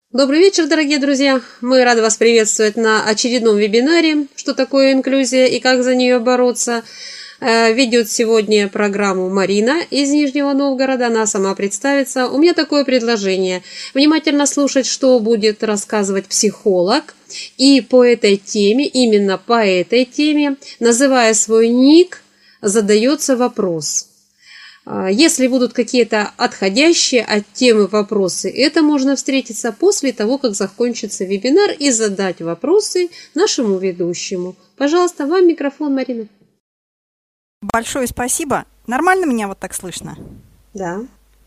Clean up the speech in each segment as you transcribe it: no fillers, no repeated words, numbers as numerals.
Добрый вечер, дорогие друзья! Мы рады вас приветствовать на очередном вебинаре «Что такое инклюзия и как за нее бороться?». Ведет сегодня программу Марина из Нижнего Новгорода. Она сама представится. У меня такое предложение. Внимательно слушать, что будет рассказывать психолог. И по этой теме, именно по этой теме, называя свой ник, задается вопрос. Если будут какие-то отходящие от темы вопросы, это можно встретиться после того, как закончится вебинар, и задать вопросы нашему ведущему. Пожалуйста, вам микрофон, Марина. Большое спасибо. Нормально меня вот так слышно? Да.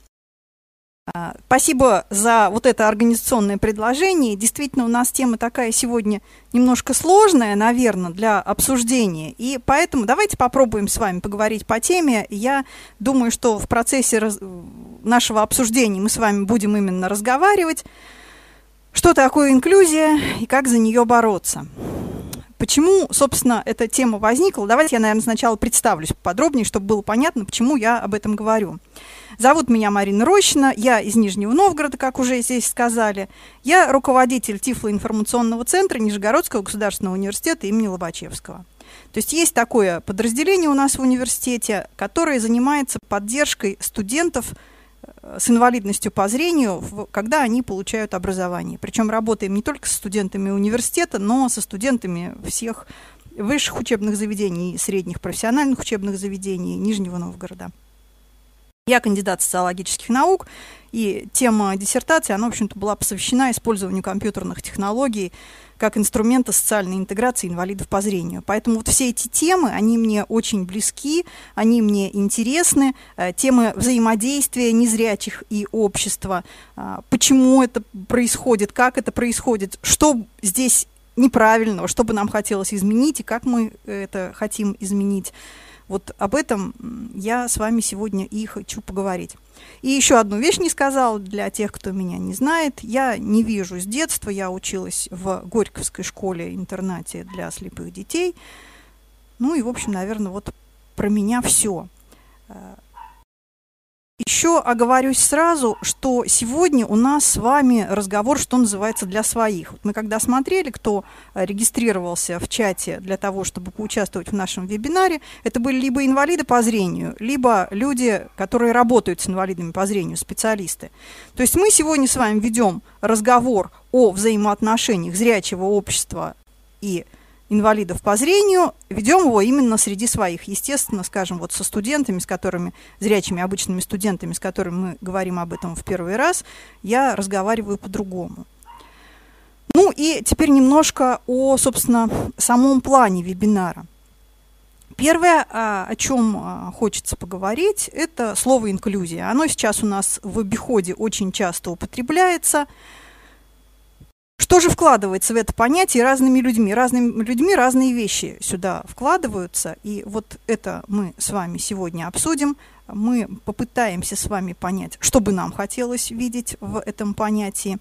Спасибо за вот это организационное предложение. Действительно, у нас тема такая сегодня немножко сложная, наверное, для обсуждения. И поэтому давайте попробуем с вами поговорить по теме. Я думаю, что в процессе нашего обсуждения мы с вами будем именно разговаривать, что такое инклюзия и как за нее бороться. Почему, собственно, эта тема возникла? Давайте я, наверное, сначала представлюсь подробнее, чтобы было понятно, почему я об этом говорю. Зовут меня Марина Рощина, я из Нижнего Новгорода, как уже здесь сказали. Я руководитель Тифлоинформационного центра Нижегородского государственного университета имени Лобачевского. То есть такое подразделение у нас в университете, которое занимается поддержкой студентов с инвалидностью по зрению, когда они получают образование. Причем работаем не только со студентами университета, но со студентами всех высших учебных заведений, средних профессиональных учебных заведений Нижнего Новгорода. Я кандидат социологических наук, и тема диссертации, она, в общем-то, была посвящена использованию компьютерных технологий как инструмента социальной интеграции инвалидов по зрению. Поэтому вот все эти темы, они мне очень близки, они мне интересны. Темы взаимодействия незрячих и общества, почему это происходит, как это происходит, что здесь неправильного, что бы нам хотелось изменить и как мы это хотим изменить. Вот об этом я с вами сегодня и хочу поговорить. И еще одну вещь не сказала для тех, кто меня не знает. Я не вижу с детства, я училась в Горьковской школе-интернате для слепых детей. Ну и, в общем, наверное, вот про меня все. Еще оговорюсь сразу, что сегодня у нас с вами разговор, что называется, для своих. Мы когда смотрели, кто регистрировался в чате для того, чтобы поучаствовать в нашем вебинаре, это были либо инвалиды по зрению, либо люди, которые работают с инвалидами по зрению, специалисты. То есть мы сегодня с вами ведем разговор о взаимоотношениях зрячего общества и инвалидов по зрению, ведем его именно среди своих. Естественно, скажем, вот со студентами, с которыми, зрячими обычными студентами, с которыми мы говорим об этом в первый раз, я разговариваю по-другому. Ну и теперь немножко о, собственно, самом плане вебинара. Первое, о чем хочется поговорить, это слово «инклюзия». Оно сейчас у нас в обиходе очень часто употребляется. Что же вкладывается в это понятие разными людьми? Разными людьми разные вещи сюда вкладываются, и вот это мы с вами сегодня обсудим. Мы попытаемся с вами понять, что бы нам хотелось видеть в этом понятии.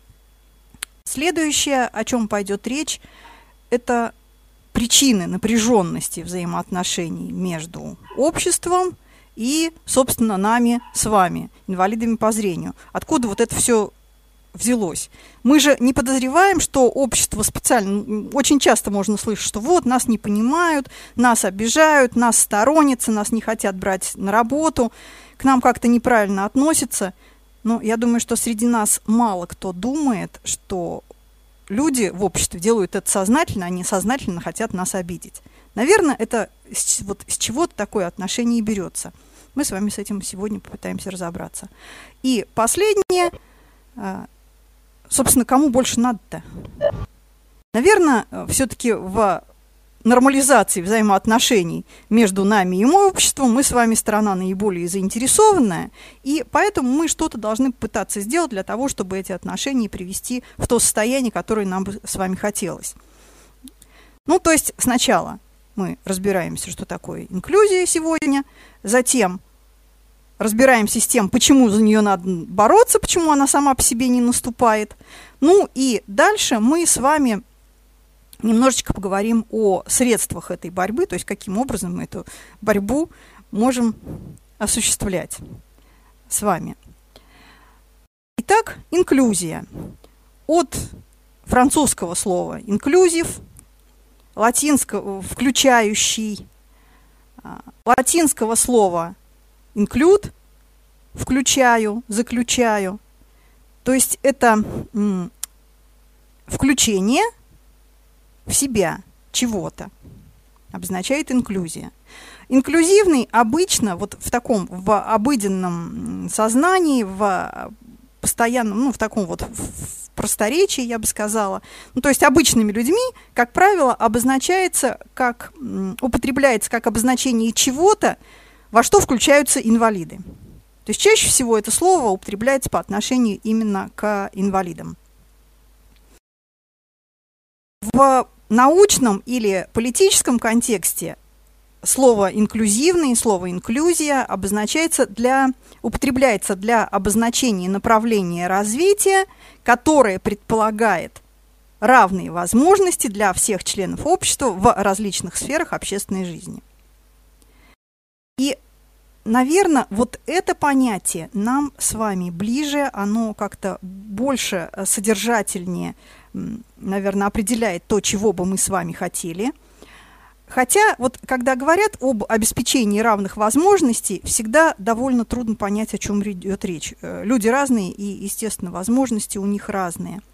Следующее, о чем пойдет речь, это причины напряженности взаимоотношений между обществом и, собственно, нами с вами, инвалидами по зрению. Откуда вот это все взялось? Мы же не подозреваем, что общество специально, очень часто можно слышать, что вот нас не понимают, нас обижают, нас сторонятся, нас не хотят брать на работу, к нам как-то неправильно относятся. Но я думаю, что среди нас мало кто думает, что люди в обществе делают это сознательно, они сознательно хотят нас обидеть. Наверное, это вот с чего-то такое отношение и берется. Мы с вами с этим сегодня попытаемся разобраться. И последнее. Собственно, кому больше надо-то? Наверное, все-таки в нормализации взаимоотношений между нами и обществом мы с вами сторона наиболее заинтересованная, и поэтому мы что-то должны пытаться сделать для того, чтобы эти отношения привести в то состояние, которое нам бы с вами хотелось. Ну, то есть сначала мы разбираемся, что такое инклюзия сегодня, затем разбираемся с тем, почему за нее надо бороться, почему она сама по себе не наступает. Ну и дальше мы с вами немножечко поговорим о средствах этой борьбы, то есть каким образом мы эту борьбу можем осуществлять с вами. Итак, инклюзия. от французского слова «инклюзив», латинского «включающий», латинского слова «include», «включаю», «заключаю». То есть это включение в себя чего-то обозначает инклюзия. Инклюзивный обычно вот в обыденном сознании, в постоянном, в таком вот в просторечии, я бы сказала, то есть обычными людьми, как правило, употребляется как обозначение чего-то, во что включаются инвалиды. То есть чаще всего это слово употребляется по отношению именно к инвалидам. В научном или политическом контексте слово «инклюзивный», слово «инклюзия» употребляется для обозначения направления развития, которое предполагает равные возможности для всех членов общества в различных сферах общественной жизни. И, наверное, вот это понятие нам с вами ближе, оно как-то больше содержательнее, наверное, определяет то, чего бы мы с вами хотели. Хотя, вот когда говорят об обеспечении равных возможностей, всегда довольно трудно понять, о чем идет речь. Люди разные, и, естественно, возможности у них разные.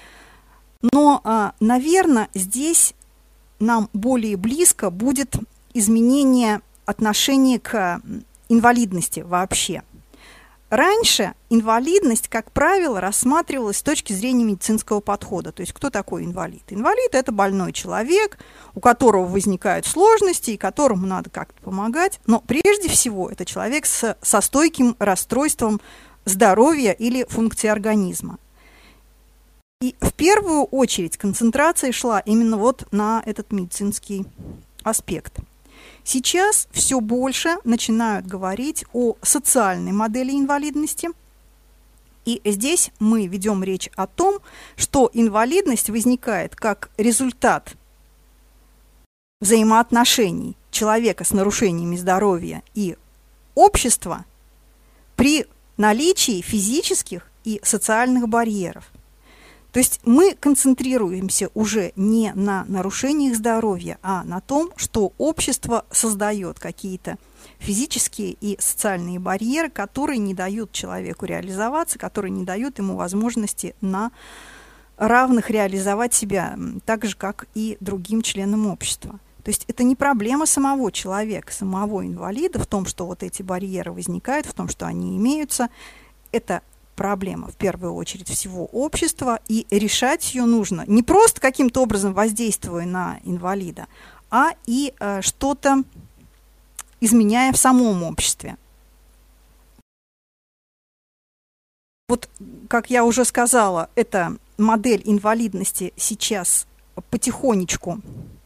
Но, наверное, здесь нам более близко будет изменение отношения к инвалидности вообще. Раньше инвалидность, как правило, рассматривалась с точки зрения медицинского подхода. То есть кто такой инвалид? Инвалид – это больной человек, у которого возникают сложности и которому надо как-то помогать. Но прежде всего это человек со стойким расстройством здоровья или функции организма. И в первую очередь концентрация шла именно вот на этот медицинский аспект. Сейчас все больше начинают говорить о социальной модели инвалидности. И здесь мы ведем речь о том, что инвалидность возникает как результат взаимоотношений человека с нарушениями здоровья и общества при наличии физических и социальных барьеров. То есть мы концентрируемся уже не на нарушениях здоровья, а на том, что общество создает какие-то физические и социальные барьеры, которые не дают человеку реализоваться, которые не дают ему возможности на равных реализовать себя, так же, как и другим членам общества. То есть это не проблема самого человека, самого инвалида в том, что вот эти барьеры возникают, в том, что они имеются. Это проблема, в первую очередь, всего общества, и решать ее нужно не просто каким-то образом воздействуя на инвалида, а и что-то изменяя в самом обществе. Вот, как я уже сказала, эта модель инвалидности сейчас потихонечку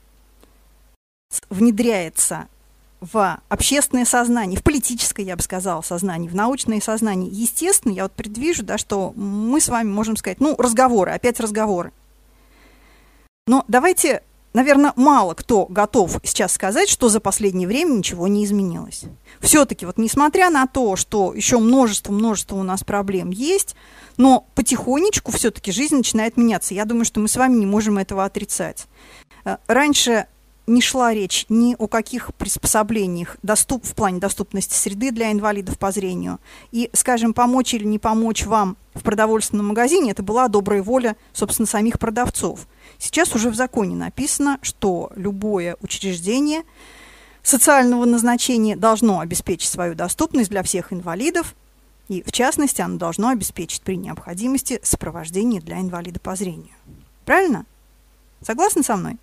внедряется в общественное сознание, в политическое, я бы сказала, сознание, в научное сознание. Естественно, я вот предвижу, да, что мы с вами можем сказать, разговоры, опять разговоры. Но давайте, наверное, мало кто готов сейчас сказать, что за последнее время ничего не изменилось. Все-таки, вот несмотря на то, что еще множество у нас проблем есть, но потихонечку все-таки жизнь начинает меняться. Я думаю, что мы с вами не можем этого отрицать. Раньше не шла речь ни о каких приспособлениях в плане доступности среды для инвалидов по зрению. И, скажем, помочь или не помочь вам в продовольственном магазине, это была добрая воля, собственно, самих продавцов. Сейчас уже в законе написано, что любое учреждение социального назначения должно обеспечить свою доступность для всех инвалидов, и, в частности, оно должно обеспечить при необходимости сопровождение для инвалида по зрению. Правильно? Согласны со мной?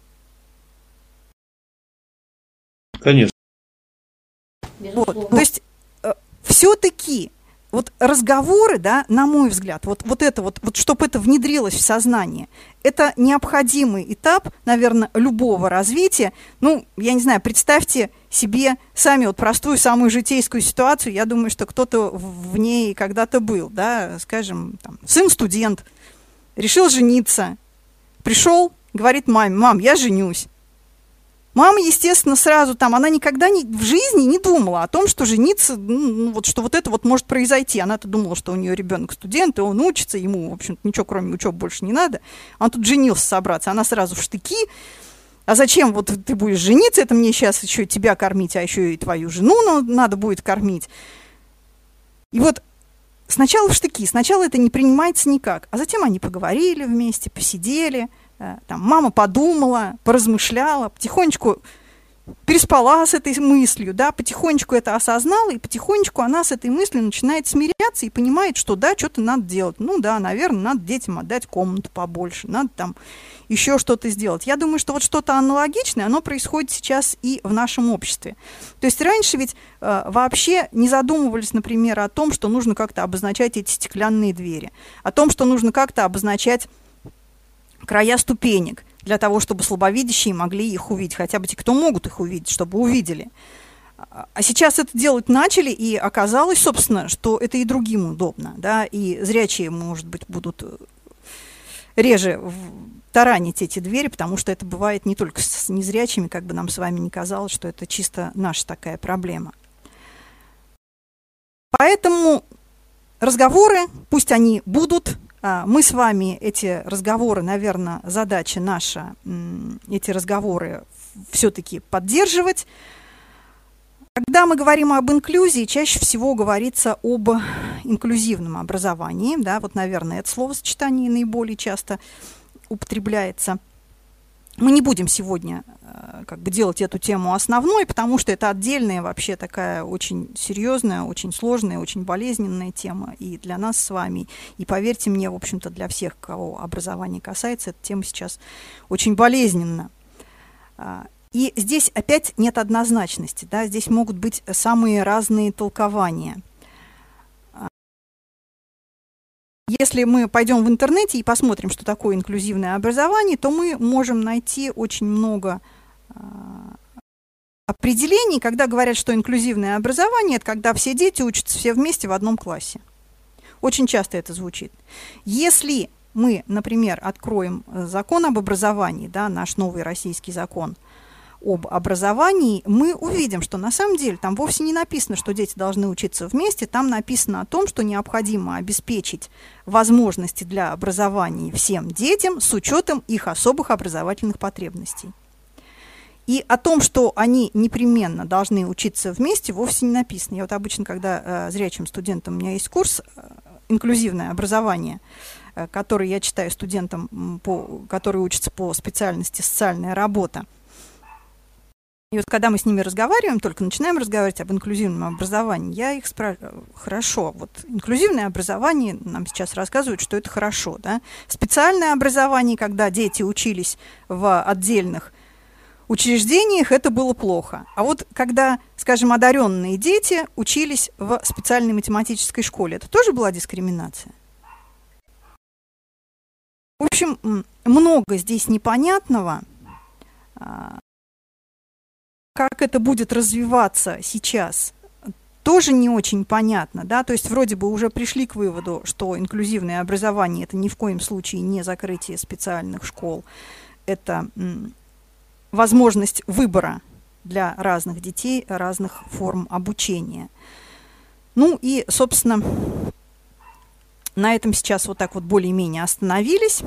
Конечно. Вот. То есть все-таки вот разговоры, да, на мой взгляд, вот чтобы это внедрилось в сознание, это необходимый этап, наверное, любого развития. Я не знаю, представьте себе сами вот простую, самую житейскую ситуацию. Я думаю, что кто-то в ней когда-то был, да, скажем, сын-студент, решил жениться, пришел, говорит маме: мам, я женюсь. Мама, естественно, сразу там, она никогда в жизни не думала о том, что жениться, вот, что вот это вот может произойти. Она-то думала, что у нее ребенок студент, и он учится, ему, в общем-то, ничего кроме учебы больше не надо. Он тут женился собраться, она сразу в штыки. А зачем вот ты будешь жениться, это мне сейчас еще тебя кормить, а еще и твою жену надо будет кормить. И вот сначала в штыки, сначала это не принимается никак, а затем они поговорили вместе, посидели, там, мама подумала, поразмышляла, потихонечку переспала с этой мыслью, да, потихонечку это осознала, и потихонечку она с этой мыслью начинает смиряться и понимает, что да, что-то надо делать. Ну да, наверное, надо детям отдать комнату побольше, надо там еще что-то сделать. Я думаю, что вот что-то аналогичное, оно происходит сейчас и в нашем обществе. То есть раньше ведь вообще не задумывались, например, о том, что нужно как-то обозначать эти стеклянные двери, о том, что нужно как-то обозначать края ступенек, для того, чтобы слабовидящие могли их увидеть, хотя бы те, кто могут их увидеть, чтобы увидели. А сейчас это делать начали, и оказалось, собственно, что это и другим удобно, да, и зрячие, может быть, будут реже таранить эти двери, потому что это бывает не только с незрячими, как бы нам с вами ни казалось, что это чисто наша такая проблема. Поэтому разговоры, пусть они будут. Мы с вами эти разговоры, наверное, задача наша, эти разговоры все-таки поддерживать. Когда мы говорим об инклюзии, чаще всего говорится об инклюзивном образовании. Да, вот, наверное, это словосочетание наиболее часто употребляется. Мы не будем сегодня как бы делать эту тему основной, потому что это отдельная вообще такая очень серьезная, очень сложная, очень болезненная тема и для нас с вами. И поверьте мне, в общем-то, для всех, кого образование касается, эта тема сейчас очень болезненна. И здесь опять нет однозначности, да, здесь могут быть самые разные толкования. Если мы пойдем в интернете и посмотрим, что такое инклюзивное образование, то мы можем найти очень много определений, когда говорят, что инклюзивное образование – это когда все дети учатся все вместе в одном классе. Очень часто это звучит. Если мы, например, откроем закон об образовании, да, наш новый российский закон об образовании, мы увидим, что на самом деле там вовсе не написано, что дети должны учиться вместе, там написано о том, что необходимо обеспечить возможности для образования всем детям с учетом их особых образовательных потребностей. И о том, что они непременно должны учиться вместе, вовсе не написано. Я вот обычно, когда зрячим студентам, у меня есть курс «Инклюзивное образование», который я читаю студентам, которые учатся по специальности «Социальная работа». И вот когда мы с ними разговариваем, только начинаем разговаривать об инклюзивном образовании, я их спрашиваю: хорошо, вот инклюзивное образование, нам сейчас рассказывают, что это хорошо, да? Специальное образование, когда дети учились в отдельных учреждениях, это было плохо. А вот когда, скажем, одаренные дети учились в специальной математической школе, это тоже была дискриминация? В общем, много здесь непонятного. Как это будет развиваться сейчас, тоже не очень понятно, да, то есть вроде бы уже пришли к выводу, что инклюзивное образование – это ни в коем случае не закрытие специальных школ, это возможность выбора для разных детей, разных форм обучения. Ну и, собственно, на этом сейчас вот так вот более-менее остановились.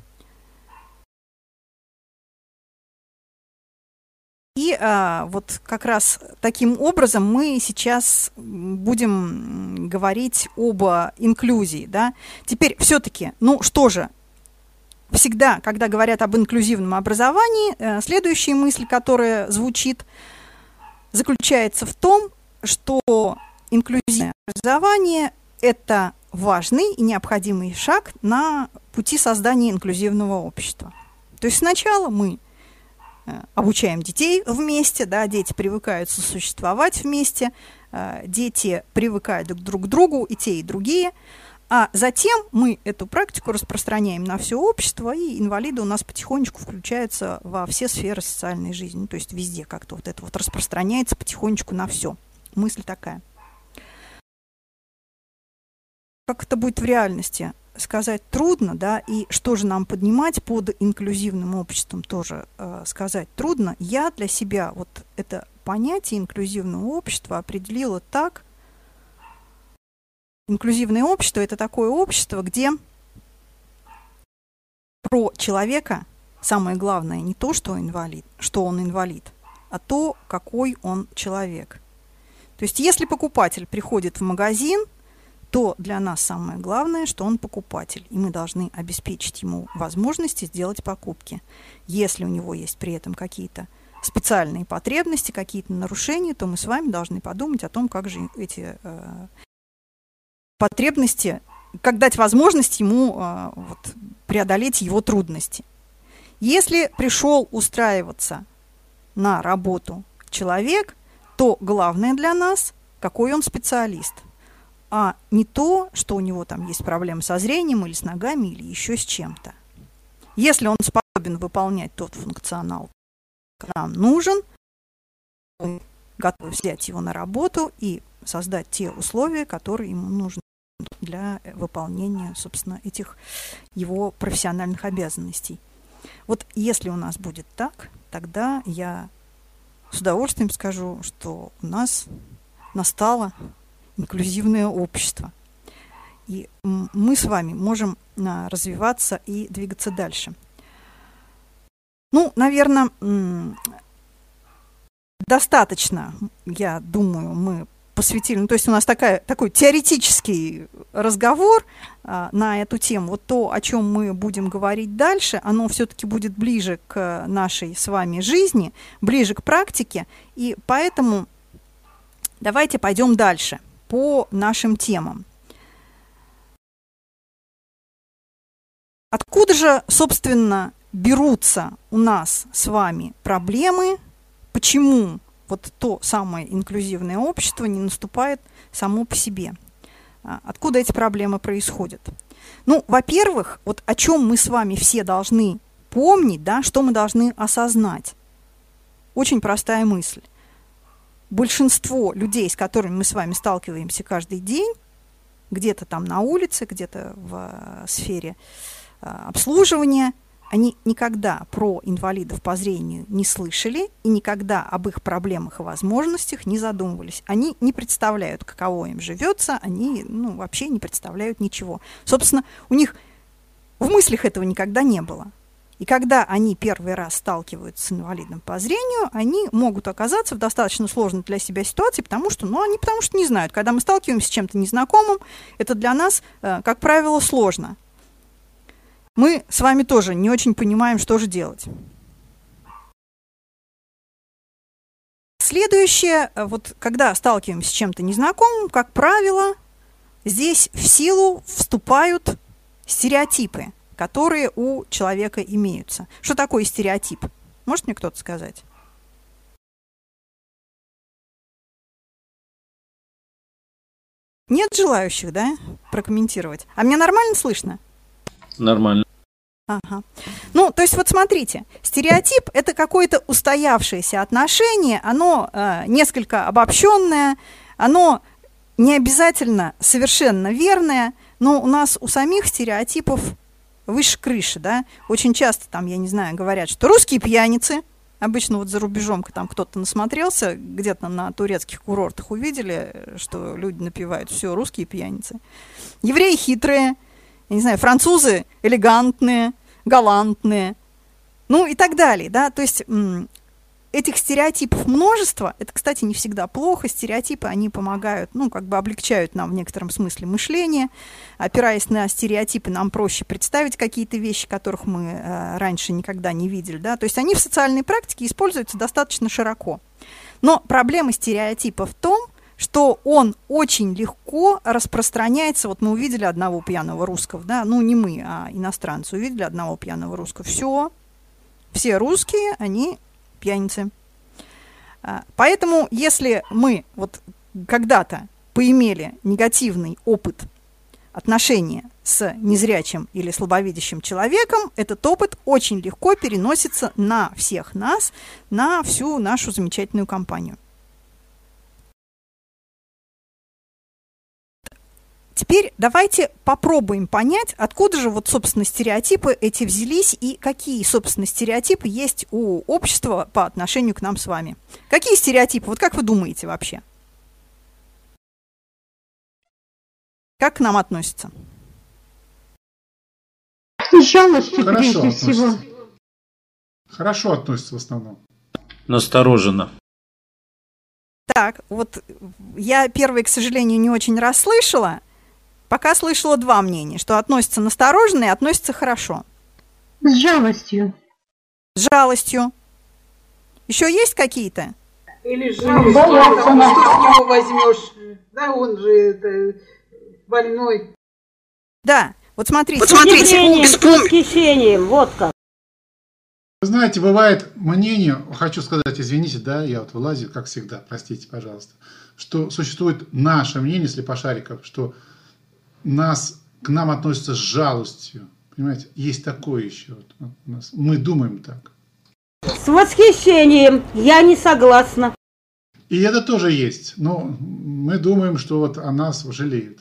И вот как раз таким образом мы сейчас будем говорить об инклюзии, да. Теперь все-таки, ну что же, всегда, когда говорят об инклюзивном образовании, следующая мысль, которая звучит, заключается в том, что инклюзивное образование – это важный и необходимый шаг на пути создания инклюзивного общества. То есть сначала мы обучаем детей вместе, да, дети привыкают сосуществовать вместе, дети привыкают друг к другу, и те, и другие, а затем мы эту практику распространяем на все общество, и инвалиды у нас потихонечку включаются во все сферы социальной жизни, то есть везде как-то вот это вот распространяется потихонечку на все. Мысль такая. Как это будет в реальности? сказать трудно, да, и что же нам поднимать под инклюзивным обществом тоже сказать трудно. Я для себя вот это понятие инклюзивного общества определила так. Инклюзивное общество – это такое общество, где про человека самое главное не то, что он инвалид, а то, какой он человек. То есть если покупатель приходит в магазин, то для нас самое главное, что он покупатель, и мы должны обеспечить ему возможности сделать покупки. Если у него есть при этом какие-то специальные потребности, какие-то нарушения, то мы с вами должны подумать о том, как же эти потребности, как дать возможность ему преодолеть его трудности. Если пришел устраиваться на работу человек, то главное для нас, какой он специалист, а не то, что у него там есть проблемы со зрением или с ногами, или еще с чем-то. Если он способен выполнять тот функционал, который нам нужен, мы готовы взять его на работу и создать те условия, которые ему нужны для выполнения, собственно, этих его профессиональных обязанностей. Вот если у нас будет так, тогда я с удовольствием скажу, что у нас настало инклюзивное общество. И мы с вами можем развиваться и двигаться дальше. Ну, наверное, достаточно, я думаю, мы посвятили. Ну, то есть у нас такой теоретический разговор на эту тему. Вот то, о чем мы будем говорить дальше, оно все-таки будет ближе к нашей с вами жизни, ближе к практике. И поэтому давайте пойдем дальше по нашим темам. Откуда же, собственно, берутся у нас с вами проблемы? Почему вот то самое инклюзивное общество не наступает само по себе? Откуда эти проблемы происходят? Ну, во-первых, вот о чем мы с вами все должны помнить, да, что мы должны осознать. Очень простая мысль. Большинство людей, с которыми мы с вами сталкиваемся каждый день, где-то там на улице, где-то в сфере обслуживания, они никогда про инвалидов по зрению не слышали и никогда об их проблемах и возможностях не задумывались. Они не представляют, каково им живется, они вообще не представляют ничего. Собственно, у них в мыслях этого никогда не было. И когда они первый раз сталкиваются с инвалидом по зрению, они могут оказаться в достаточно сложной для себя ситуации, потому что не знают. Когда мы сталкиваемся с чем-то незнакомым, это для нас, как правило, сложно. Мы с вами тоже не очень понимаем, что же делать. Следующее, вот когда сталкиваемся с чем-то незнакомым, как правило, здесь в силу вступают стереотипы, которые у человека имеются. Что такое стереотип? Может мне кто-то сказать? Нет желающих, да, прокомментировать? А меня нормально слышно? Нормально. Ага. Ну, то есть вот смотрите, стереотип – это какое-то устоявшееся отношение, оно несколько обобщенное, оно не обязательно совершенно верное, но у нас у самих стереотипов выше крыши, да. Очень часто там, я не знаю, говорят, что русские пьяницы, обычно вот за рубежом там кто-то насмотрелся, где-то на турецких курортах увидели, что люди напивают, все, русские пьяницы. Евреи хитрые, я не знаю, французы элегантные, галантные, ну и так далее, да, то есть этих стереотипов множество, это, кстати, не всегда плохо, стереотипы, они помогают, облегчают нам в некотором смысле мышление, опираясь на стереотипы, нам проще представить какие-то вещи, которых мы раньше никогда не видели, да, то есть они в социальной практике используются достаточно широко, но проблема стереотипа в том, что он очень легко распространяется. Вот мы увидели одного пьяного русского, да, не мы, а иностранцы увидели одного пьяного русского. Все русские, они пьяницы. Поэтому, если мы вот когда-то поимели негативный опыт отношения с незрячим или слабовидящим человеком, этот опыт очень легко переносится на всех нас, на всю нашу замечательную компанию. теперь давайте попробуем понять, откуда же вот, собственно, стереотипы эти взялись и какие, собственно, стереотипы есть у общества по отношению к нам с вами. Какие стереотипы? Вот как вы думаете вообще? Как к нам относятся? С жалостью, Хорошо прежде всего. относятся. Хорошо относятся в основном. Настороженно. Так, вот я первый, к сожалению, не очень расслышала. Пока слышала два мнения, что относятся настороженно и относятся хорошо. С жалостью. С жалостью. Еще есть какие-то? Или жалость, что с него возьмешь? Да он же это, больной. Да, вот смотрите. С восхищением, вот как. Вы знаете, бывает мнение, хочу сказать, извините, да, я вот вылазил, как всегда, простите, пожалуйста, что существует наше мнение слепошариков, что к нам относятся с жалостью. Понимаете, есть такое еще. Вот у нас, мы думаем так. С восхищением, я не согласна. И это тоже есть. Но мы думаем, что вот о нас жалеют.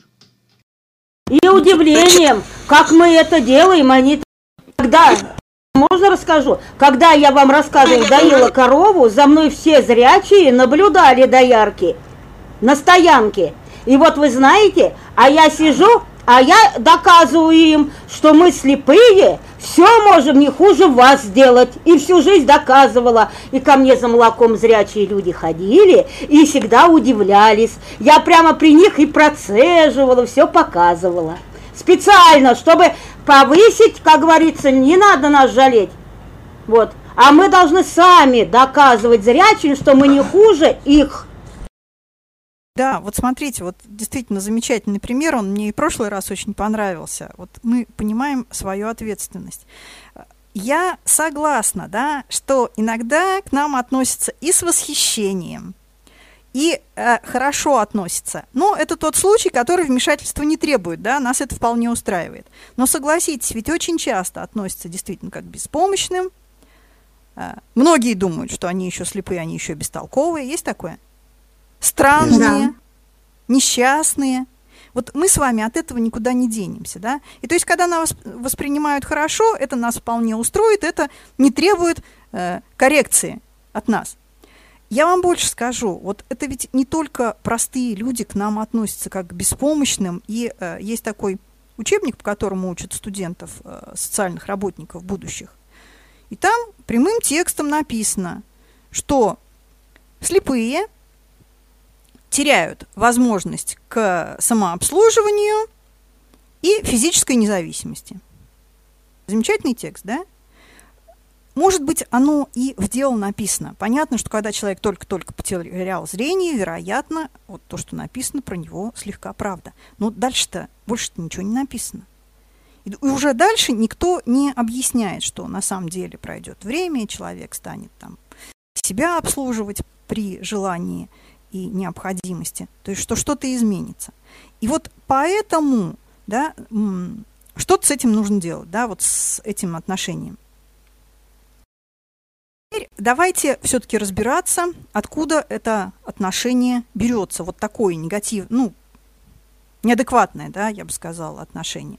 И удивлением, как мы это делаем, они... Когда, можно расскажу? Когда я вам рассказывала, доила корову, за мной все зрячие наблюдали доярки на стоянке. И вот вы знаете, а я сижу, а я доказываю им, что мы слепые, все можем не хуже вас сделать. И всю жизнь доказывала. И ко мне за молоком зрячие люди ходили и всегда удивлялись. Я прямо при них и процеживала, все показывала. Специально, чтобы повысить, как говорится, не надо нас жалеть. Вот. А мы должны сами доказывать зрячим, что мы не хуже их. Да, вот смотрите, вот действительно замечательный пример, он мне и в прошлый раз очень понравился. Вот мы понимаем свою ответственность. Я согласна, да, что иногда к нам относятся и с восхищением, и хорошо относятся. Но это тот случай, который вмешательства не требует, да, нас это вполне устраивает. Но согласитесь, ведь очень часто относятся действительно как к беспомощным. Многие думают, что они еще слепые, они еще бестолковые. Есть такое? Странные, да. Несчастные. Вот мы с вами от этого никуда не денемся, да? И то есть, когда нас воспринимают хорошо, это нас вполне устроит, это не требует коррекции от нас. Я вам больше скажу, вот это ведь не только простые люди к нам относятся как к беспомощным, и есть такой учебник, по которому учат студентов, социальных работников будущих, и там прямым текстом написано, что слепые теряют возможность к самообслуживанию и физической независимости. Замечательный текст, да? Может быть, оно и в дело написано. Понятно, что когда человек только-только потерял зрение, вероятно, вот то, что написано про него, слегка правда. Но дальше-то больше-то ничего не написано. И уже дальше никто не объясняет, что на самом деле пройдет время, и человек станет там себя обслуживать при желании и необходимости, то есть что что-то изменится. И вот поэтому, да, что-то с этим нужно делать, да, вот с этим отношением. Теперь давайте все-таки разбираться, откуда это отношение берется, вот такое негативное, ну, неадекватное, да, я бы сказала, отношение.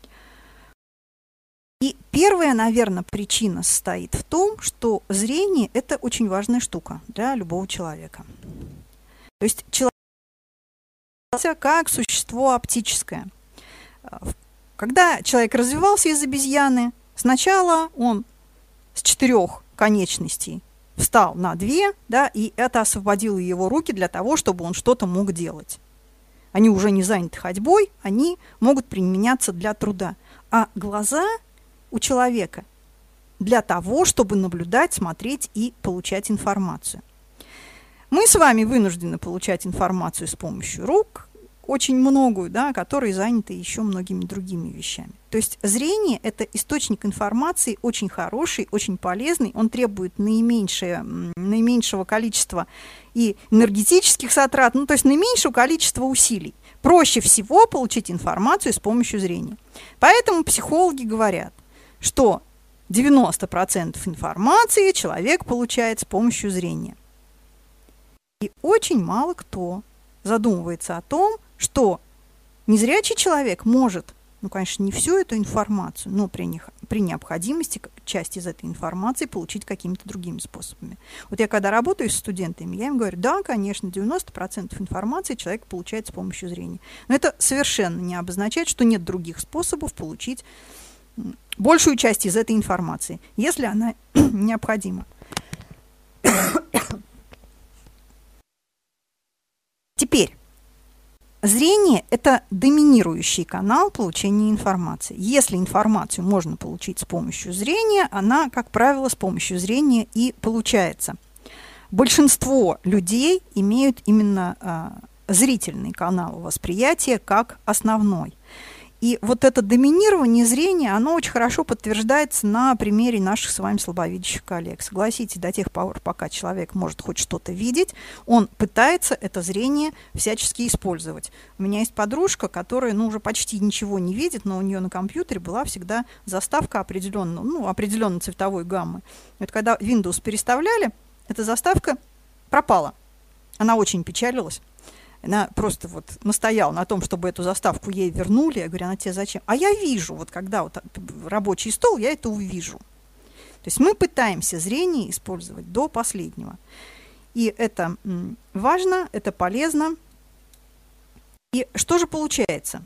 И первая, наверное, причина состоит в том, что зрение – это очень важная штука для любого человека. То есть человек как существо оптическое. Когда человек развивался из обезьяны, сначала он с 4 конечностей встал на 2, да, и это освободило его руки для того, чтобы он что-то мог делать. Они уже не заняты ходьбой, они могут применяться для труда. А глаза у человека для того, чтобы наблюдать, смотреть и получать информацию. Мы с вами вынуждены получать информацию с помощью рук, очень многую, да, которые заняты еще многими другими вещами. То есть зрение – это источник информации очень хороший, очень полезный, он требует наименьшего количества и энергетических затрат, ну, то есть наименьшего количества усилий. Проще всего получить информацию с помощью зрения. Поэтому психологи говорят, что 90% информации человек получает с помощью зрения. И очень мало кто задумывается о том, что Незрячий человек может, ну, конечно, не всю эту информацию, но при необходимости часть из этой информации получить какими-то другими способами. Вот я когда работаю с студентами, я им говорю, да, конечно, 90% информации человек получает с помощью зрения. Но это совершенно не обозначает, что нет других способов получить большую часть из этой информации, если она необходима. Теперь, зрение – это доминирующий канал получения информации. Если информацию можно получить с помощью зрения, она, как правило, с помощью зрения и получается. Большинство людей имеют именно зрительный канал восприятия как основной. И вот это доминирование зрения, оно очень хорошо подтверждается на примере наших с вами слабовидящих коллег. Согласитесь, до тех пор, пока человек может хоть что-то видеть, он пытается это зрение всячески использовать. У меня есть подружка, которая, ну, уже почти ничего не видит, но у нее на компьютере была всегда заставка определенной цветовой гаммы. Вот когда Windows переставляли, эта заставка пропала. Она очень печалилась. Она просто вот настояла на том, чтобы эту заставку ей вернули. Я говорю, она тебе зачем? А я вижу, вот когда вот рабочий стол, я это увижу. То есть мы пытаемся зрение использовать до последнего. И это важно, это полезно. И что же получается?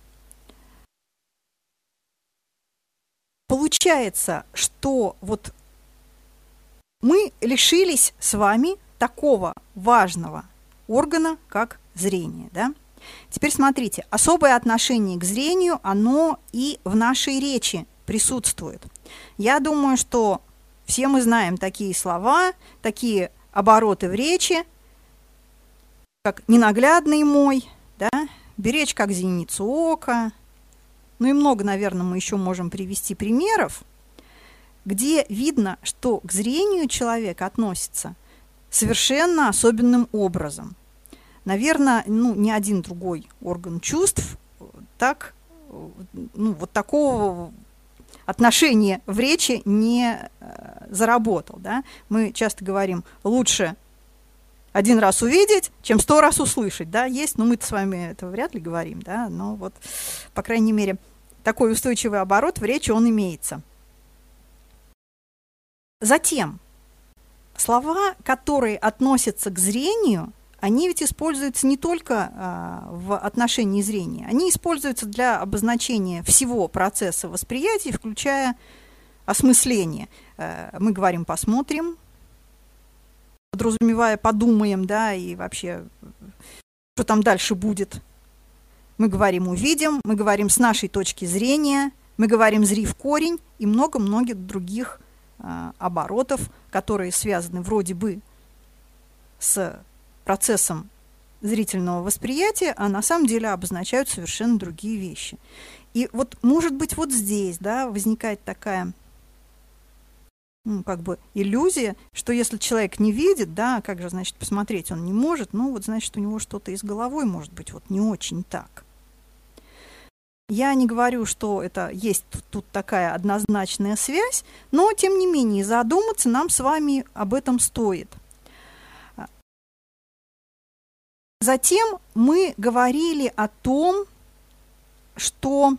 Получается, что вот мы лишились с вами такого важного органа, как зрение. Да? Теперь смотрите, особое отношение к зрению, оно и в нашей речи присутствует. Я думаю, что все мы знаем такие слова, такие обороты в речи, как «ненаглядный мой», да? «беречь как зеницу ока». Ну и много, наверное, мы еще можем привести примеров, где видно, что к зрению человек относится совершенно особенным образом. Наверное, ни один другой орган чувств так, вот такого отношения в речи не заработал. Да? Мы часто говорим, лучше один раз увидеть, чем 100 раз услышать. Да? Есть, но мы-то с вами это вряд ли говорим, да? Но вот, по крайней мере, такой устойчивый оборот в речи он имеется. Затем, слова, которые относятся к зрению, они ведь используются не только в отношении зрения, они используются для обозначения всего процесса восприятия, включая осмысление. Мы говорим «посмотрим», подразумевая «подумаем», да, и вообще, что там дальше будет. Мы говорим «увидим», мы говорим «с нашей точки зрения», мы говорим «зри в корень» и много-много других оборотов, которые связаны вроде бы с процессом зрительного восприятия, а на самом деле обозначают совершенно другие вещи. И вот, может быть, вот здесь, да, возникает такая, как бы иллюзия, что если человек не видит, да, как же, значит, посмотреть он не может, ну, вот, значит, у него что-то и с головой может быть вот не очень так. Я не говорю, что это есть тут такая однозначная связь, но, тем не менее, задуматься нам с вами об этом стоит. Затем мы говорили о том, что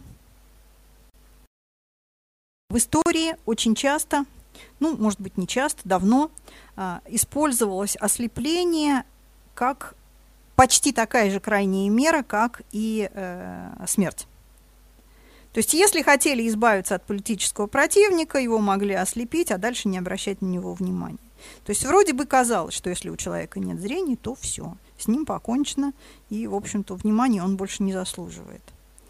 в истории очень часто, ну, может быть, не часто, давно использовалось ослепление как почти такая же крайняя мера, как и смерть. То есть, если хотели избавиться от политического противника, его могли ослепить, а дальше не обращать на него внимания. То есть, вроде бы казалось, что если у человека нет зрения, то все, с ним покончено, и, в общем-то, внимания он больше не заслуживает.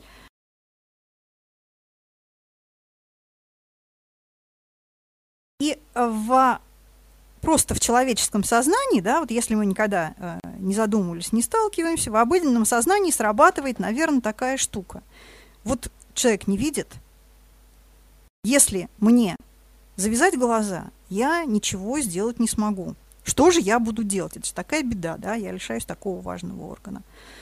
И просто в человеческом сознании, да, вот если мы никогда не задумывались, не сталкиваемся, в обыденном сознании срабатывает, наверное, такая штука. Вот человек не видит, если мне завязать глаза, я ничего сделать не смогу. Что же я буду делать? Это же такая беда, да, я лишаюсь такого важного органа.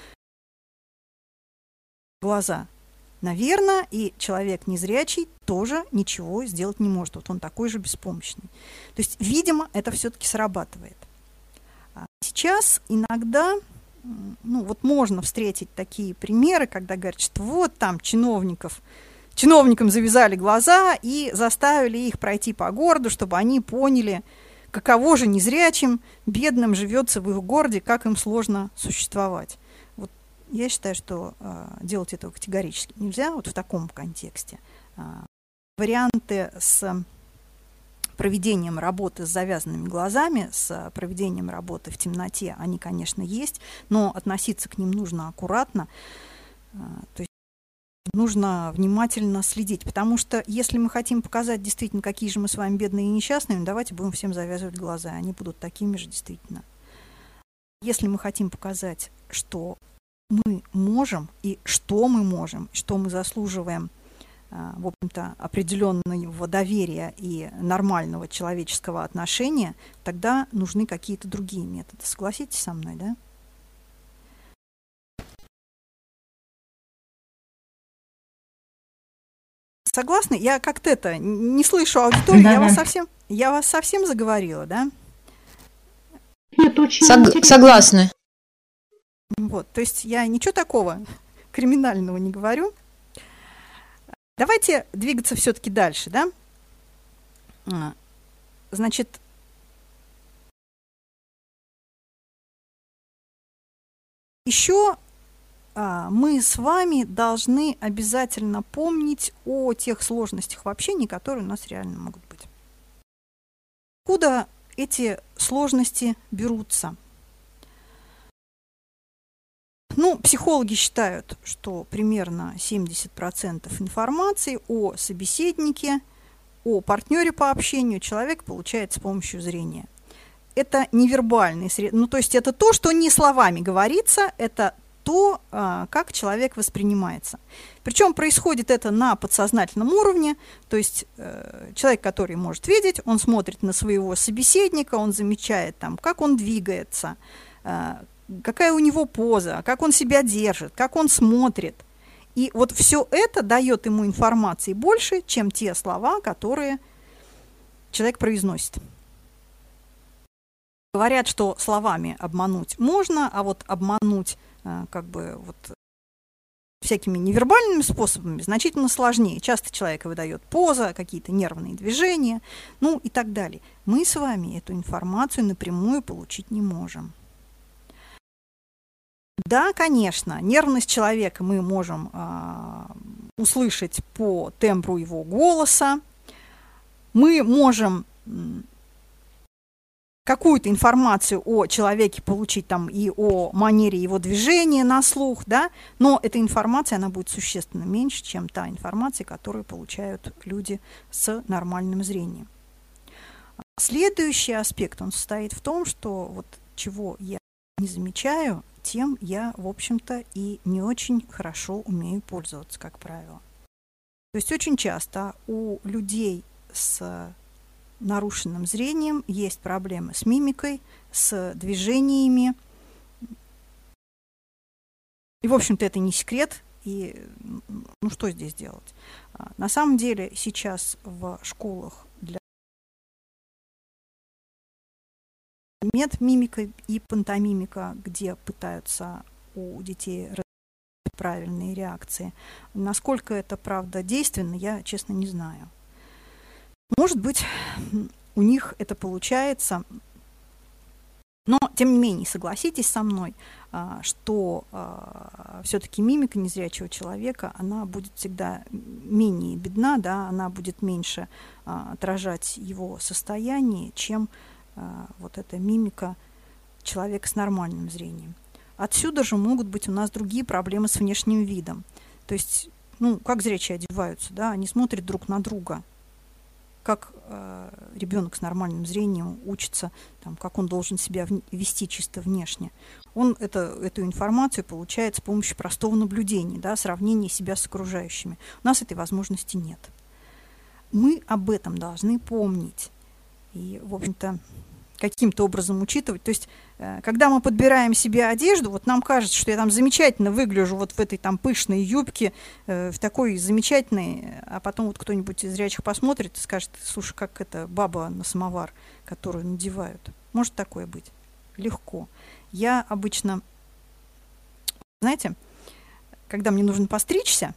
Глаза. Наверное, и человек незрячий тоже ничего сделать не может. Вот он такой же беспомощный. То есть, видимо, это все-таки срабатывает. Сейчас иногда ну, вот можно встретить такие примеры, когда говорят, что вот там чиновникам завязали глаза и заставили их пройти по городу, чтобы они поняли, каково же незрячим, бедным живется в их городе, как им сложно существовать. Вот я считаю, что делать этого категорически нельзя, вот в таком контексте. Варианты с проведением работы с завязанными глазами, с проведением работы в темноте, они, конечно, есть, но относиться к ним нужно аккуратно, то есть нужно внимательно следить, потому что если мы хотим показать действительно, какие же мы с вами бедные и несчастные, давайте будем всем завязывать глаза, они будут такими же действительно. Если мы хотим показать, что мы можем и что мы заслуживаем, в общем-то, определенного доверия и нормального человеческого отношения, тогда нужны какие-то другие методы. Согласитесь со мной, да? Согласны? Я как-то не слышу аудиторию, я вас совсем заговорила, да? Нет, очень Согласны. Вот, то есть я ничего такого криминального не говорю. Давайте двигаться все-таки дальше, да? Значит, еще мы с вами должны обязательно помнить о тех сложностях в общении, которые у нас реально могут быть. Откуда эти сложности берутся? Ну, психологи считают, что примерно 70% информации о собеседнике, о партнере по общению человек получает с помощью зрения. Это невербальный средства, ну, то есть это то, что не словами говорится, это то, как человек воспринимается. Причем происходит это на подсознательном уровне, то есть человек, который может видеть, он смотрит на своего собеседника, он замечает, там, как он двигается, какая у него поза, как он себя держит, как он смотрит. И вот все это дает ему информации больше, чем те слова, которые человек произносит. Говорят, что словами обмануть можно, а вот обмануть как бы вот всякими невербальными способами значительно сложнее. Часто человека выдает поза, какие-то нервные движения, ну и так далее. Мы с вами эту информацию напрямую получить не можем. Да, конечно, нервность человека мы можем услышать по тембру его голоса, мы можем какую-то информацию о человеке получить там и о манере его движения на слух, да, но эта информация, она будет существенно меньше, чем та информация, которую получают люди с нормальным зрением. Следующий аспект, он состоит в том, что вот чего я не замечаю, тем я, в общем-то, и не очень хорошо умею пользоваться, как правило. То есть очень часто у людей с нарушенным зрением есть проблемы с мимикой, с движениями. И, в общем-то, это не секрет. И, ну, что здесь делать? На самом деле сейчас в школах для мимика и пантомимика, где пытаются у детей развить правильные реакции. Насколько это, правда, действенно, я, честно, не знаю. Может быть, у них это получается, но, тем не менее, согласитесь со мной, что все-таки мимика незрячего человека, она будет всегда менее бедна, да, она будет меньше отражать его состояние, чем вот эта мимика человека с нормальным зрением. Отсюда же могут быть у нас другие проблемы с внешним видом. То есть, ну, как зрячие одеваются, да, они смотрят друг на друга. Как ребенок с нормальным зрением учится, там, как он должен себя вести чисто внешне. Он эту информацию получает с помощью простого наблюдения, да, сравнения себя с окружающими. У нас этой возможности нет. Мы об этом должны помнить и, в общем-то, каким-то образом учитывать. То есть, когда мы подбираем себе одежду, вот нам кажется, что я там замечательно выгляжу вот в этой там пышной юбке, в такой замечательной, а потом вот кто-нибудь из зрячих посмотрит и скажет: слушай, как это баба на самовар, которую надевают. Может такое быть? Легко. Я обычно знаете, когда мне нужно постричься,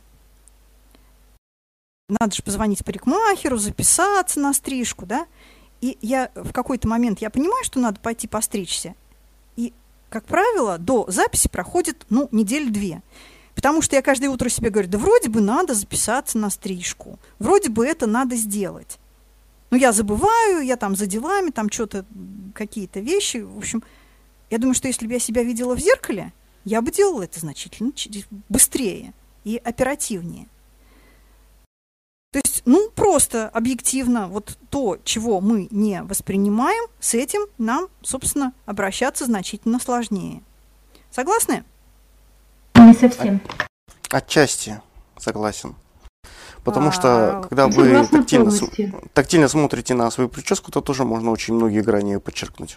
надо же позвонить парикмахеру, записаться на стрижку, да, и я в какой-то момент, я понимаю, что надо пойти постричься, и, как правило, до записи проходит, недель-две, потому что я каждое утро себе говорю, да вроде бы надо записаться на стрижку, вроде бы это надо сделать. Но я забываю, я там за делами, там что-то, какие-то вещи, в общем, я думаю, что если бы я себя видела в зеркале, я бы делала это значительно быстрее и оперативнее. То есть, просто объективно, вот то, чего мы не воспринимаем, с этим нам, собственно, обращаться значительно сложнее. Согласны? Не совсем. Отчасти согласен. Потому что, когда вы тактильно смотрите на свою прическу, то тоже можно очень многие грани ее подчеркнуть.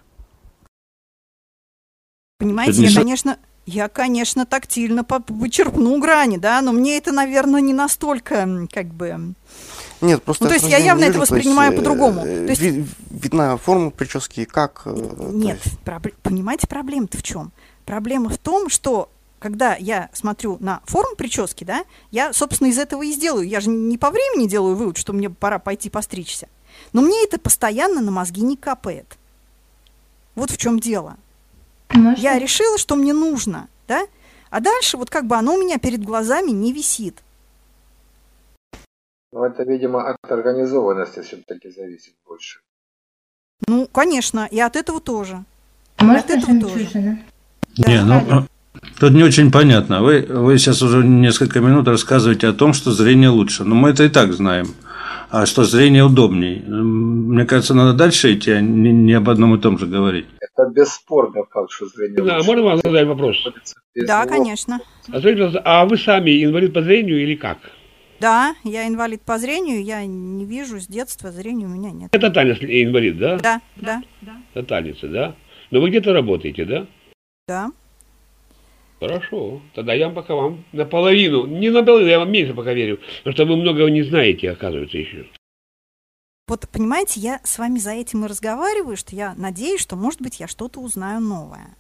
Понимаете, я, конечно, тактильно вычерпну грани, да, но мне это, наверное, не настолько, Нет, просто... то есть я явно это воспринимаю по-другому. Видна форма прически, как... Нет, понимаете, проблема-то в чем? Проблема в том, что когда я смотрю на форму прически, да, я, собственно, из этого и сделаю. Я же не по времени делаю вывод, что мне пора пойти постричься. Но мне это постоянно на мозги не капает. Вот в чем дело. Я решила, что мне нужно, да? А дальше оно у меня перед глазами не висит. Это, видимо, от организованности все-таки зависит больше. Конечно, и от этого тоже. Можно жемчужина? Не, тут не очень понятно. Вы сейчас уже несколько минут рассказываете о том, что зрение лучше. Но мы это и так знаем. А что зрение удобней. Мне кажется, надо дальше идти, а не об одном и том же говорить. Это бесспорно факт, что зрение лучше. Да, можно вам задать вопрос? Да, конечно. А вы сами инвалид по зрению или как? Да, я инвалид по зрению, я не вижу с детства, зрения у меня нет. Это Таня инвалид, да? Да. Тотальница, да? Но вы где-то работаете, да? Да. Хорошо. Тогда я пока вам наполовину, не наполовину, я вам меньше пока верю, потому что вы многого не знаете, оказывается, еще. Вот, понимаете, я с вами за этим и разговариваю, что я надеюсь, что, может быть, я что-то узнаю новое.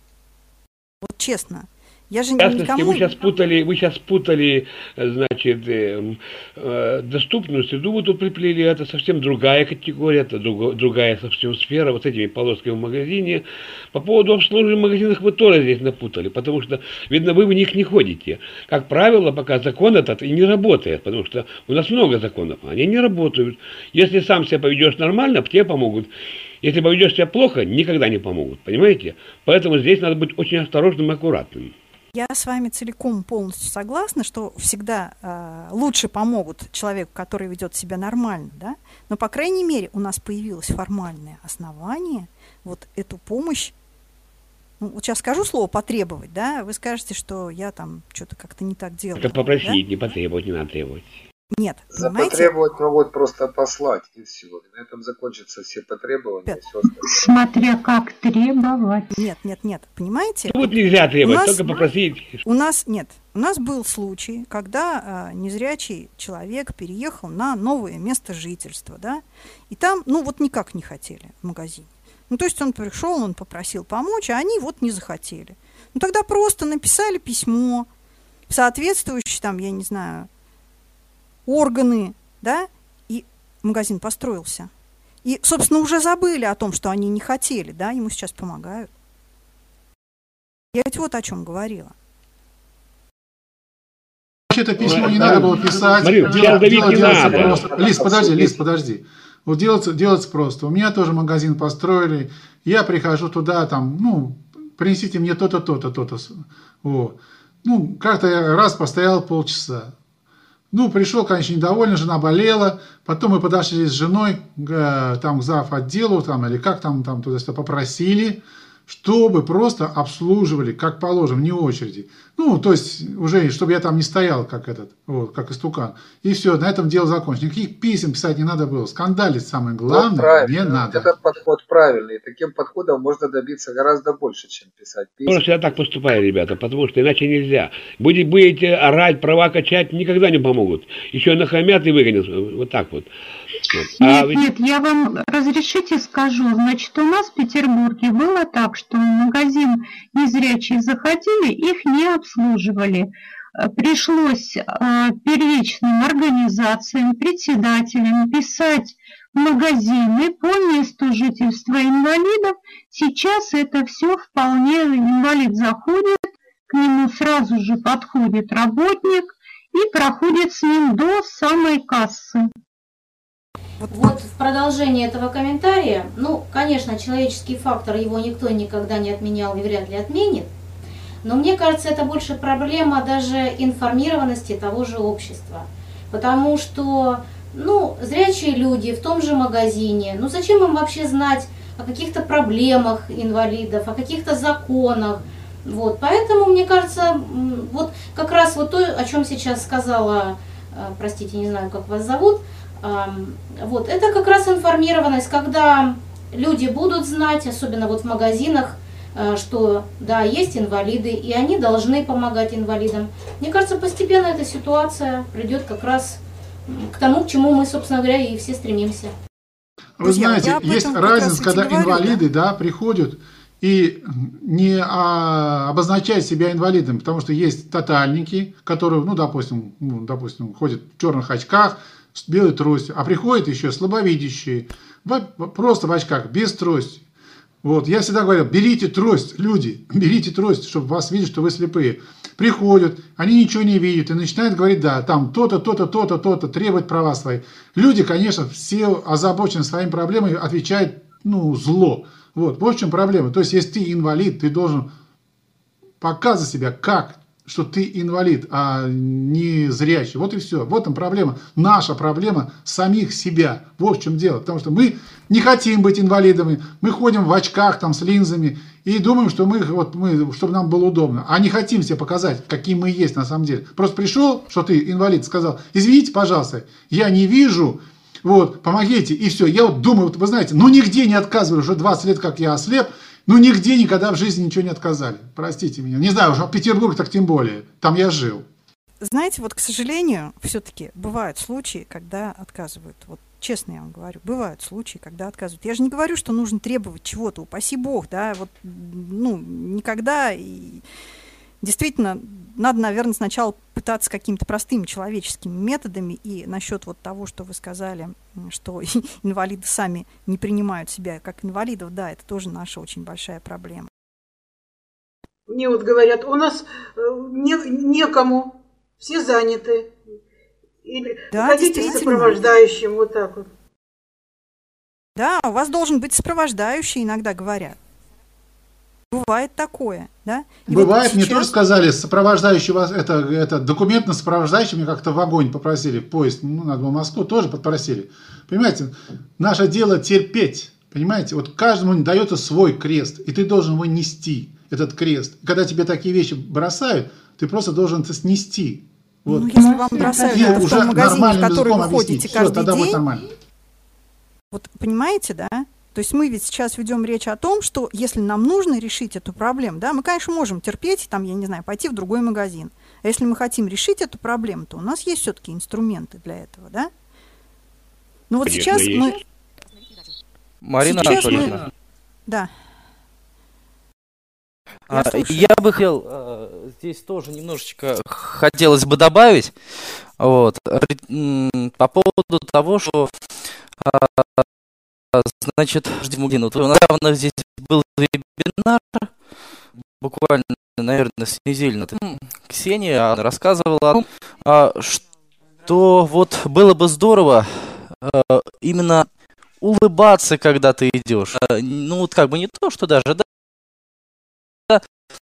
Вот честно. Я же никому... Вы сейчас путали, значит, доступность. Вы тут приплели, это совсем другая категория, это другая совсем сфера, вот с этими полосками в магазине. По поводу обслуживания в магазинах вы тоже здесь напутали, потому что, видно, вы в них не ходите. Как правило, пока закон этот и не работает, потому что у нас много законов, они не работают. Если сам себя поведешь нормально, тебе помогут. Если поведешь себя плохо, никогда не помогут, понимаете? Поэтому здесь надо быть очень осторожным и аккуратным. Я с вами целиком полностью согласна, что всегда лучше помогут человеку, который ведет себя нормально, да? Но, по крайней мере, у нас появилось формальное основание вот эту помощь, вот сейчас скажу слово «потребовать», да? Вы скажете, что я там что-то как-то не так делаю. Это попросить, да? Не потребовать, не надо требовать. Нет, потребовать могут просто послать, и все. И на этом закончатся все потребования. Все Смотря как требовать. Нет, понимаете? Вот нельзя требовать, только попросить. У нас был случай, когда незрячий человек переехал на новое место жительства, да, и там, никак не хотели в магазине. То есть он пришел, он попросил помочь, а они не захотели. Тогда просто написали письмо в соответствующие, там, я не знаю, органы, да, и магазин построился. И, собственно, уже забыли о том, что они не хотели, да, ему сейчас помогают. Я ведь вот о чем говорила. Вообще-то письмо не надо было писать. Марин, делается просто. Лиз, подожди. Вот делается просто. У меня тоже магазин построили. Я прихожу туда, там, принесите мне то-то, то-то, то-то. Как-то я раз постоял полчаса. Пришел, конечно, недовольный, жена болела. Потом мы подошли с женой к зав. Отделу, или как там туда-сюда попросили, чтобы просто обслуживали, как положено, вне очереди. То есть, уже, чтобы я там не стоял, как истукан. И все, на этом дело закончено. Никаких писем писать не надо было. Скандалить самое главное не надо. Этот подход правильный. Таким подходом можно добиться гораздо больше, чем писать письма. Просто я так поступаю, ребята, потому что иначе нельзя. Будете орать, права качать, никогда не помогут. Еще нахамят и выгонят. Вот так вот. Нет, я вам разрешите скажу. Значит, у нас в Петербурге было так, что в магазин незрячие заходили, их не обслуживали. Пришлось первичным организациям, председателям писать в магазины по месту жительства инвалидов. Сейчас это все вполне, инвалид заходит, к нему сразу же подходит работник и проходит с ним до самой кассы. Вот в продолжение этого комментария, ну, конечно, человеческий фактор, его никто никогда не отменял и вряд ли отменит, но мне кажется, это больше проблема даже информированности того же общества. Потому что, ну, зрячие люди в том же магазине, ну, зачем им вообще знать о каких-то проблемах инвалидов, о каких-то законах? Вот, поэтому, мне кажется, вот как раз вот то, о чем сейчас сказала, простите, не знаю, как вас зовут, вот, это как раз информированность, когда люди будут знать, особенно вот в магазинах, что, да, есть инвалиды, и они должны помогать инвалидам. Мне кажется, постепенно эта ситуация придет как раз к тому, к чему мы, собственно говоря, и все стремимся. Вы знаете, есть разница, когда инвалиды, да, приходят и не обозначают себя инвалидом, потому что есть тотальники, которые, ну, допустим, ходят в черных очках, с белой тростью, а приходят еще слабовидящие, просто в очках, без трости. Вот, я всегда говорю, берите трость, люди, берите трость, чтобы вас видеть, что вы слепые. Приходят, они ничего не видят и начинают говорить, да, там то-то, то-то, то-то, то-то, требовать права свои. Люди, конечно, все озабочены своими проблемами, отвечают, ну, зло. Вот в чем проблема. То есть, если ты инвалид, ты должен показывать себя как, что ты инвалид, а не зрячий. Вот и все. Вот там проблема. Наша проблема самих себя. Вот в чем дело. Потому что мы не хотим быть инвалидами. Мы ходим в очках там, с линзами и думаем, что мы, чтобы нам было удобно. А не хотим себе показать, какие мы есть на самом деле. Просто пришел, что ты инвалид, сказал, извините, пожалуйста, я не вижу, вот, помогите. И все. Я вот думаю, вот, вы знаете, ну нигде не отказывали, уже 20 лет, как я ослеп. Ну, нигде никогда в жизни ничего не отказали. Простите меня. Не знаю, уже в Петербурге так тем более. Там я жил. Знаете, вот, к сожалению, все-таки бывают случаи, когда отказывают. Вот честно я вам говорю, бывают случаи, когда отказывают. Я же не говорю, что нужно требовать чего-то, упаси бог, да, вот, ну, никогда. И действительно, надо, наверное, сначала пытаться какими-то простыми человеческими методами. И насчет вот того, что вы сказали, что инвалиды сами не принимают себя как инвалидов, да, это тоже наша очень большая проблема. Мне вот говорят, у нас некому, все заняты. Или да, хотите с сопровождающим, вот так вот. Да, у вас должен быть сопровождающий, иногда говорят. Бывает такое, да? И бывает, вот сейчас... мне тоже сказали, сопровождающий вас, это документ на сопровождающий, мне как-то в огонь попросили, в поезд, ну, надо было в Москву, тоже попросили. Понимаете, наше дело терпеть, понимаете, вот каждому дается свой крест, и ты должен его нести, этот крест. Когда тебе такие вещи бросают, ты просто должен это снести. Вот. Ну, если вам бросают это в том магазине, в который вы ходите каждый день, вот понимаете, да? То есть мы ведь сейчас ведем речь о том, что если нам нужно решить эту проблему, да, мы, конечно, можем терпеть, там, я не знаю, пойти в другой магазин. А если мы хотим решить эту проблему, то у нас есть все-таки инструменты для этого, да? Ну вот конечно, сейчас мы... Марина Анатольевна. Да. Я бы хотел, здесь тоже немножечко хотелось бы добавить, вот, по поводу того, что... Значит, вот у нас недавно здесь был вебинар, буквально, наверное, с недели. Ксения рассказывала о том, что вот было бы здорово именно улыбаться, когда ты идешь. Ну, вот как бы не то, что даже, да.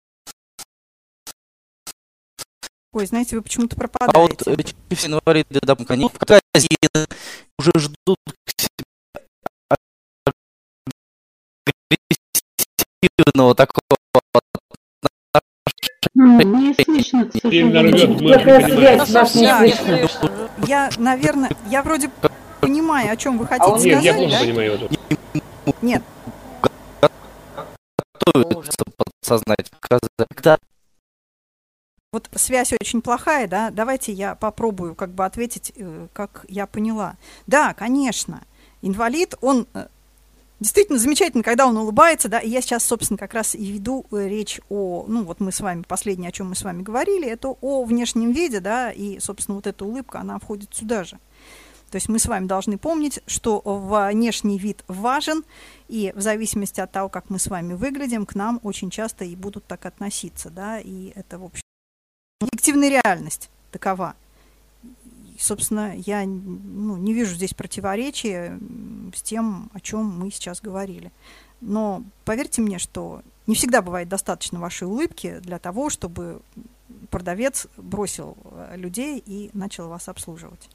Ой, знаете, вы почему-то пропадаете. А вот все инвалиды, да, они в магазин уже ждут к себе агрессивного такого. Не слышно, к сожалению. Я, наверное, я вроде понимаю, о чем вы хотите сказать. Нет, я плохо понимаю его. Нет. Готовится подсознать, когда... Вот связь очень плохая, да, давайте я попробую как бы ответить, как я поняла. Да, конечно, инвалид, он действительно замечательно, когда он улыбается, да, и я сейчас, собственно, как раз и веду речь о, ну, вот мы с вами, последнее, о чем мы с вами говорили, это о внешнем виде, да, и, собственно, вот эта улыбка, она входит сюда же. То есть мы с вами должны помнить, что внешний вид важен, и в зависимости от того, как мы с вами выглядим, к нам очень часто и будут так относиться, да, и это, в общем, объективная реальность такова. И, собственно, я не вижу здесь противоречия с тем, о чем мы сейчас говорили. Но поверьте мне, что не всегда бывает достаточно вашей улыбки для того, чтобы продавец бросил людей и начал вас обслуживать.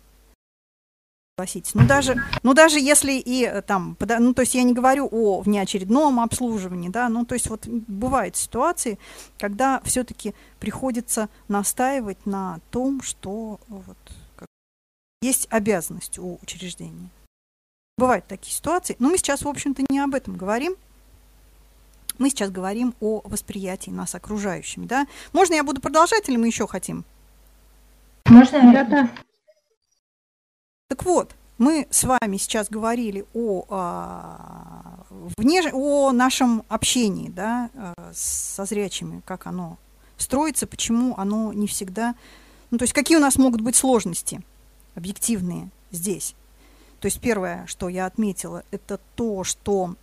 Ну даже если и там, ну то есть я не говорю о внеочередном обслуживании, да, ну то есть вот бывают ситуации, когда все-таки приходится настаивать на том, что вот, есть обязанность у учреждения. Бывают такие ситуации, но мы сейчас, в общем-то, не об этом говорим. Мы сейчас говорим о восприятии нас окружающими, да. Можно я буду продолжать или мы еще хотим? Можно? Да. Так вот, мы с вами сейчас говорили о нашем общении, да, со зрячими, как оно строится, почему оно не всегда... Ну, то есть какие у нас могут быть сложности объективные здесь. То есть первое, что я отметила, это то, что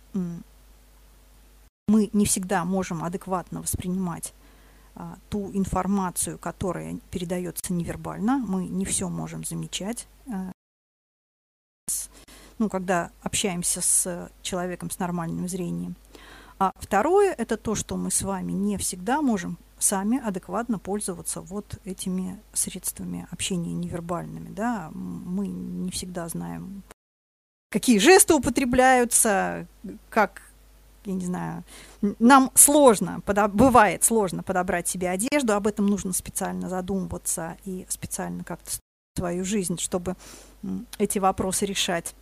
мы не всегда можем адекватно воспринимать ту информацию, которая передается невербально. Мы не все можем замечать. Ну, когда общаемся с человеком с нормальным зрением. А второе, это то, что мы с вами не всегда можем сами адекватно пользоваться вот этими средствами общения невербальными. Да? Мы не всегда знаем, какие жесты употребляются, как, я не знаю, нам сложно, бывает сложно подобрать себе одежду, об этом нужно специально задумываться и специально как-то свою жизнь, чтобы эти вопросы решать.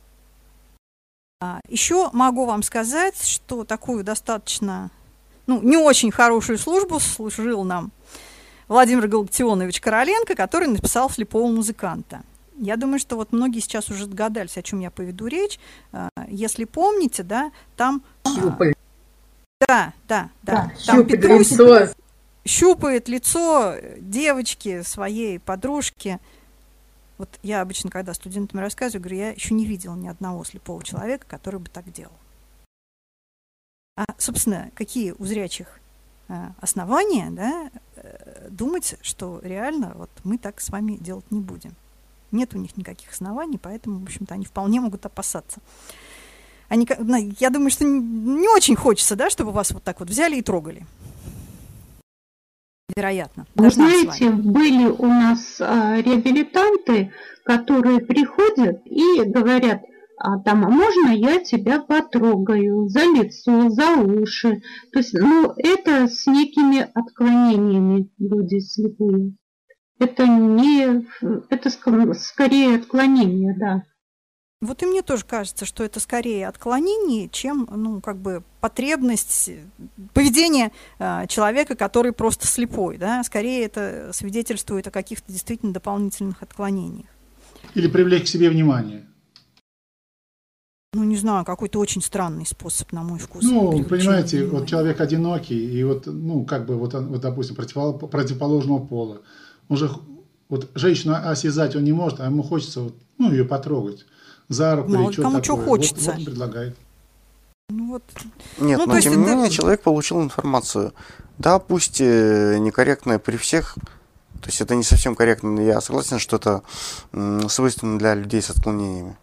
Еще могу вам сказать, что такую достаточно, не очень хорошую службу служил нам Владимир Галактионович Короленко, который написал «Слепого музыканта». Я думаю, что вот многие сейчас уже догадались, о чем я поведу речь. Если помните, да, там... Да. Там Петрусик щупает лицо девочки, своей подружки. Вот я обычно, когда студентам рассказываю, говорю, я еще не видела ни одного слепого человека, который бы так делал. А, собственно, какие у зрячих основания, да, думать, что реально вот мы так с вами делать не будем. Нет у них никаких оснований, поэтому, в общем-то, они вполне могут опасаться. Я думаю, что не очень хочется, да, чтобы вас вот так вот взяли и трогали. Вероятно. Вы знаете, были у нас реабилитанты, которые приходят и говорят, там, можно я тебя потрогаю за лицо, за уши. То есть, это с некими отклонениями люди слепые. Это скорее отклонение, да. Вот и мне тоже кажется, что это скорее отклонение, чем, потребность, поведение человека, который просто слепой, да, скорее это свидетельствует о каких-то действительно дополнительных отклонениях. Или привлечь к себе внимание. Не знаю, какой-то очень странный способ, на мой вкус. Понимаете, вот человек одинокий, и допустим, противоположного пола. Он же, женщину осязать он не может, а ему хочется, ее потрогать. За руку или что-то такое. Хочется. Вот он предлагает. Нет, но тем не менее человек получил информацию. Да, пусть некорректная при всех, то есть это не совсем корректно, я согласен, что это свойственно для людей с отклонениями.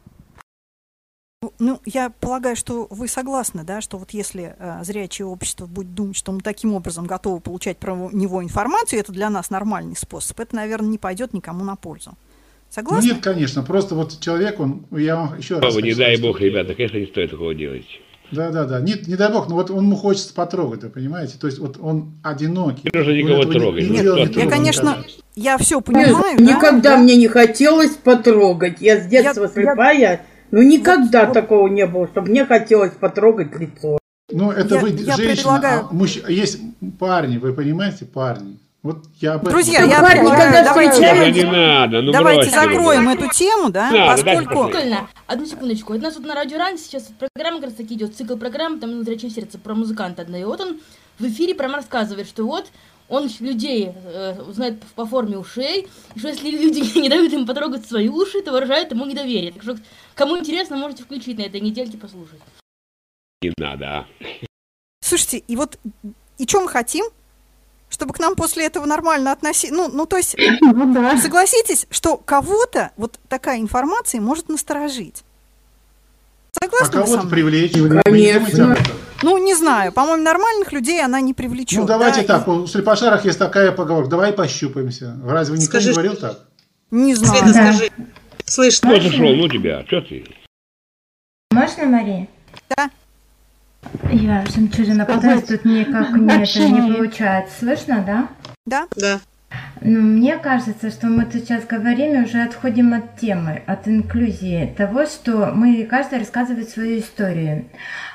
Я полагаю, что вы согласны, да, что вот если зрячее общество будет думать, что мы таким образом готовы получать про него информацию, это для нас нормальный способ, это, наверное, не пойдет никому на пользу. Согласны? Нет, конечно, просто вот человек, я вам еще раз... Не дай бог, ребята, конечно, не стоит такого делать. Да, не дай бог, но вот ему хочется потрогать, вы понимаете, то есть вот он одинокий. Не нужно никого трогать. Я, конечно, я все понимаю. Никогда мне не хотелось потрогать, я с детства слепая, никогда такого не было, чтобы мне хотелось потрогать лицо. Это вы, женщина, предлагаю... есть парни, вы понимаете, парни. Вот я Друзья, я предлагаю, давайте закроем эту тему, да, поскольку... Одну секундочку. У нас вот на Радио Ран сейчас программа как раз таки идет, цикл программ, там «Зрячее сердце», про музыканта одного. И вот он в эфире прямо рассказывает, что вот он людей знает по форме ушей, и что если люди не дают им потрогать свои уши, то выражают ему недоверие. Так что, кому интересно, можете включить на этой недельке послушать. Не надо. Слушайте, и вот, и что мы хотим? Чтобы к нам после этого нормально относиться. Ну, то есть, согласитесь, что кого-то вот такая информация может насторожить. Согласны? А кого-то привлечь? Конечно. Ну, не знаю. По-моему, нормальных людей она не привлечет. Ну, давайте так. У слепошарах есть такая поговорка. Давай пощупаемся. Разве никто не говорил так? Не знаю. Света, скажи. Слышно? Кто зашел? Ну тебя. Что ты? Можно, Мария? Да. Я жемчужина пытаюсь, тут никак не получается. Слышно, да? Да. Да. Ну, мне кажется, что мы тут сейчас говорим и уже отходим от темы, от инклюзии, того, что мы каждый рассказывает свою историю.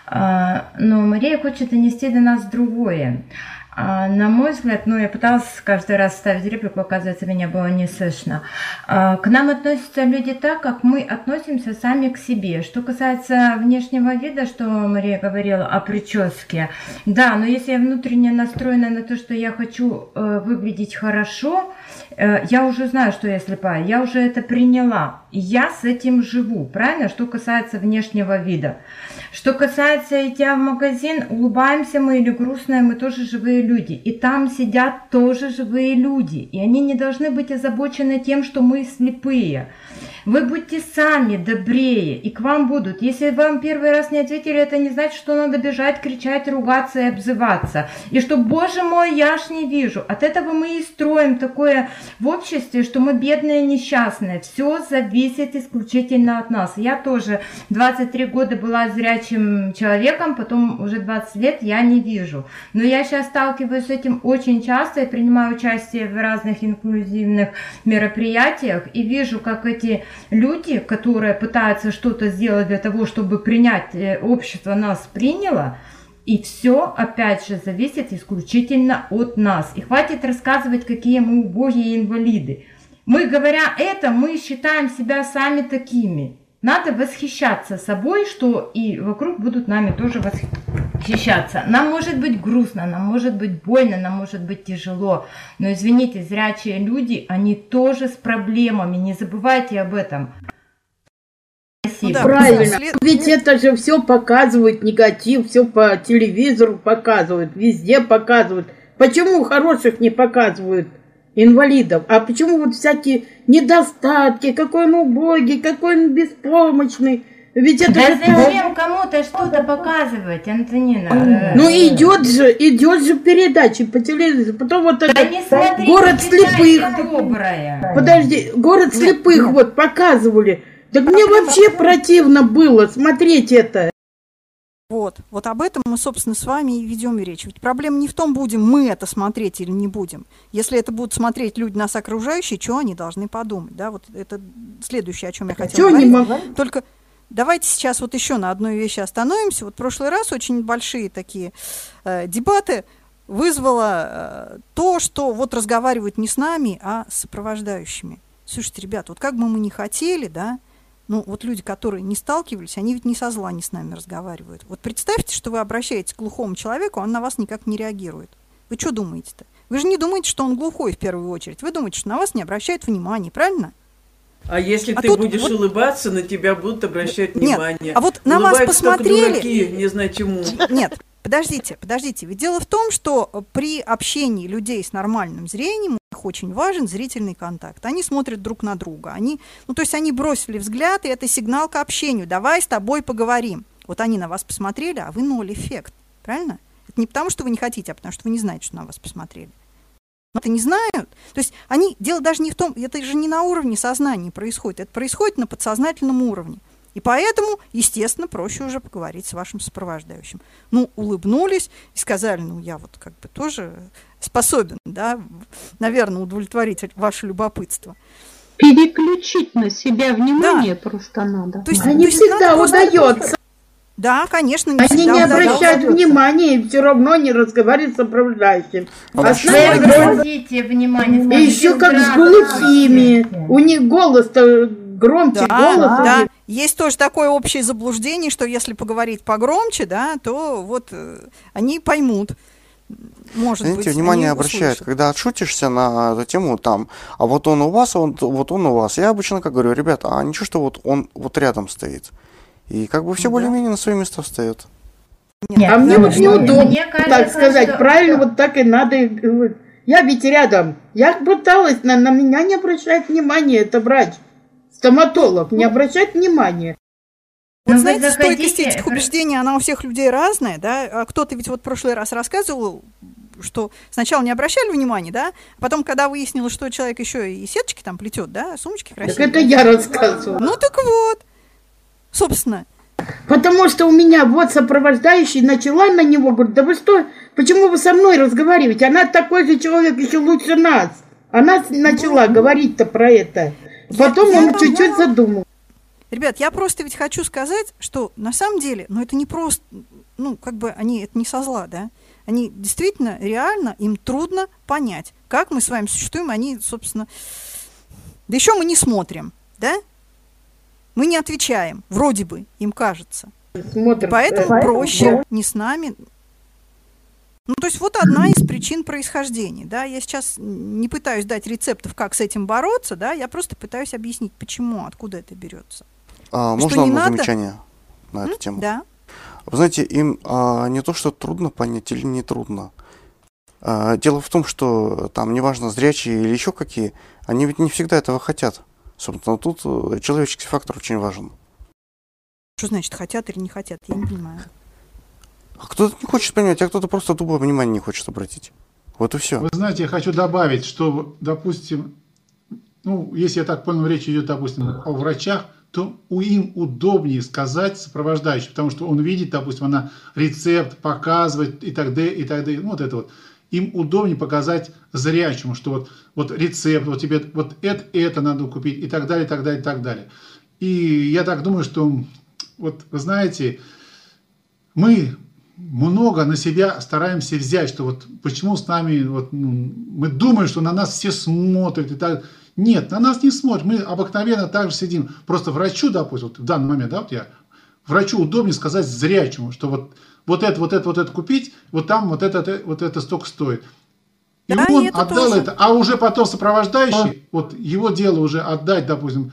Но Мария хочет донести до нас другое. На мой взгляд, я пыталась каждый раз ставить реплику, оказывается, меня было не слышно. К нам относятся люди так, как мы относимся сами к себе. Что касается внешнего вида, что Мария говорила о прическе, да, но если я внутренне настроена на то, что я хочу выглядеть хорошо, я уже знаю, что я слепая, я уже это приняла, и я с этим живу, правильно? Что касается внешнего вида. Что касается идя в магазин, улыбаемся мы или грустные, мы тоже живые люди. И там сидят тоже живые люди. И они не должны быть озабочены тем, что мы слепые. Вы будьте сами добрее, и к вам будут. Если вам первый раз не ответили, это не значит, что надо бежать, кричать, ругаться и обзываться. И что, боже мой, я ж не вижу. От этого мы и строим такое в обществе, что мы бедные, несчастные. Все зависит исключительно от нас. Я тоже 23 года была зрячим человеком, потом уже 20 лет я не вижу. Но я сейчас сталкиваюсь с этим очень часто и принимаю участие в разных инклюзивных мероприятиях и вижу, как эти люди, которые пытаются что-то сделать для того, чтобы принять, общество нас приняло, и все, опять же, зависит исключительно от нас. И хватит рассказывать, какие мы убогие инвалиды. Мы, говоря это, мы считаем себя сами такими. Надо восхищаться собой, что и вокруг будут нами тоже восхищаться. Нам может быть грустно, нам может быть больно, нам может быть тяжело. Но извините, зрячие люди, они тоже с проблемами. Не забывайте об этом. Спасибо. Да, правильно. Ведь это же все показывают, негатив, все по телевизору показывают, везде показывают. Почему хороших не показывают? Инвалидов. А почему вот всякие недостатки, какой он убогий, какой он беспомощный? Ведь это да зачем кому-то что-то показывать, Антонина? Ну идет же передача по телевизору, потом вот это город слепых. Добрая. Подожди, город слепых вот показывали. Так мне вообще противно было смотреть это. Вот об этом мы, собственно, с вами и ведем речь. Ведь проблема не в том, будем мы это смотреть или не будем. Если это будут смотреть люди, нас окружающие, что они должны подумать? Да? Вот это следующее, о чем я хотела говорить. Только давайте сейчас вот еще на одной вещи остановимся. Вот в прошлый раз очень большие такие дебаты вызвало то, что вот разговаривают не с нами, а с сопровождающими. Слушайте, ребята, вот как бы мы ни хотели, да, ну, вот люди, которые не сталкивались, они ведь не со зла не с нами разговаривают. Вот представьте, что вы обращаетесь к глухому человеку, он на вас никак не реагирует. Вы что думаете-то? Вы же не думаете, что он глухой в первую очередь. Вы думаете, что на вас не обращают внимания, правильно? А если ты будешь улыбаться, на тебя будут обращать внимание. Нет, а вот на вас посмотрели... дураки, не знаю чему. Нет, подождите. Ведь дело в том, что при общении людей с нормальным зрением у них очень важен зрительный контакт. Они смотрят друг на друга. Они бросили взгляд, и это сигнал к общению. Давай с тобой поговорим. Вот они на вас посмотрели, а вы ноль эффект. Правильно? Это не потому, что вы не хотите, а потому что вы не знаете, что на вас посмотрели. Но это не знают. То есть дело даже не в том, это же не на уровне сознания происходит, это происходит на подсознательном уровне. И поэтому, естественно, проще уже поговорить с вашим сопровождающим. Ну, улыбнулись и сказали, ну, я вот как бы тоже способен, да, наверное, удовлетворить ваше любопытство. Переключить на себя внимание просто надо. То есть не всегда удается. Да, конечно, не Они не обращают внимания и все равно не разговаривают с сопровождающим. Обратите внимание. И еще как с глухими. У них голос-то громче голоса. Да. Есть тоже такое общее заблуждение, что если поговорить погромче, да, то вот они поймут. Может Знаете, быть, внимание обращают, когда отшутишься на эту тему, там, а вот он у вас, вот он у вас. Я обычно как говорю, ребята, а ничего, что вот он вот рядом стоит. И как бы все более-менее на свои места встает. Нет, а мне вот неудобно, так сказать, правильно, вот так и надо. Я ведь рядом. Я пыталась, на меня не обращает внимания, это врач, стоматолог, не обращает внимания. Вот знаете, стойкость этих убеждений, она у всех людей разная, да, кто-то ведь вот в прошлый раз рассказывал, что сначала не обращали внимания, да, а потом, когда выяснилось, что человек еще и сеточки там плетет, да, сумочки красивые. Так это я рассказывала. Ну так вот, собственно. Потому что у меня вот сопровождающий начала на него, говорит, да вы что, почему вы со мной разговариваете? Она такой же человек, еще лучше нас. Она начала говорить-то про это. Потом он чуть-чуть задумал. Ребят, я просто ведь хочу сказать, что на самом деле, ну это не просто, ну как бы они, это не со зла, да, они действительно, реально, им трудно понять, как мы с вами существуем, они, собственно, да еще мы не смотрим, да, мы не отвечаем, вроде бы, им кажется. Смотрим. Поэтому проще не с нами. Ну, то есть вот одна из причин происхождения, да, я сейчас не пытаюсь дать рецептов, как с этим бороться, да, я просто пытаюсь объяснить, почему, откуда это берется. Можно одно замечание на эту тему? Да. Вы знаете, им не то, что трудно понять или не трудно. Дело в том, что там, неважно, зрячие или еще какие, они ведь не всегда этого хотят. Собственно, тут человеческий фактор очень важен. Что значит хотят или не хотят, я не понимаю. А кто-то не хочет понимать, а кто-то просто тупо внимание не хочет обратить. Вот и все. Вы знаете, я хочу добавить, что, допустим, ну, если я так понял, речь идет, допустим, о врачах, то им удобнее сказать сопровождающий, потому что он видит, допустим, она рецепт показывает и так далее, и так далее. Ну, вот это вот. Им удобнее показать зрячему, что вот рецепт, вот тебе вот это надо купить и так далее, и так далее, и так далее. И я так думаю, что вот вы знаете, мы много на себя стараемся взять, что вот почему с нами, вот, мы думаем, что на нас все смотрят и так. Нет, на нас не смотрят, мы обыкновенно так же сидим. Просто врачу, допустим, вот в данный момент, да, вот врачу удобнее сказать зрячему, что вот это купить, вот там вот это столько стоит. И да, он отдал это, а уже потом сопровождающий, вот его дело уже отдать, допустим,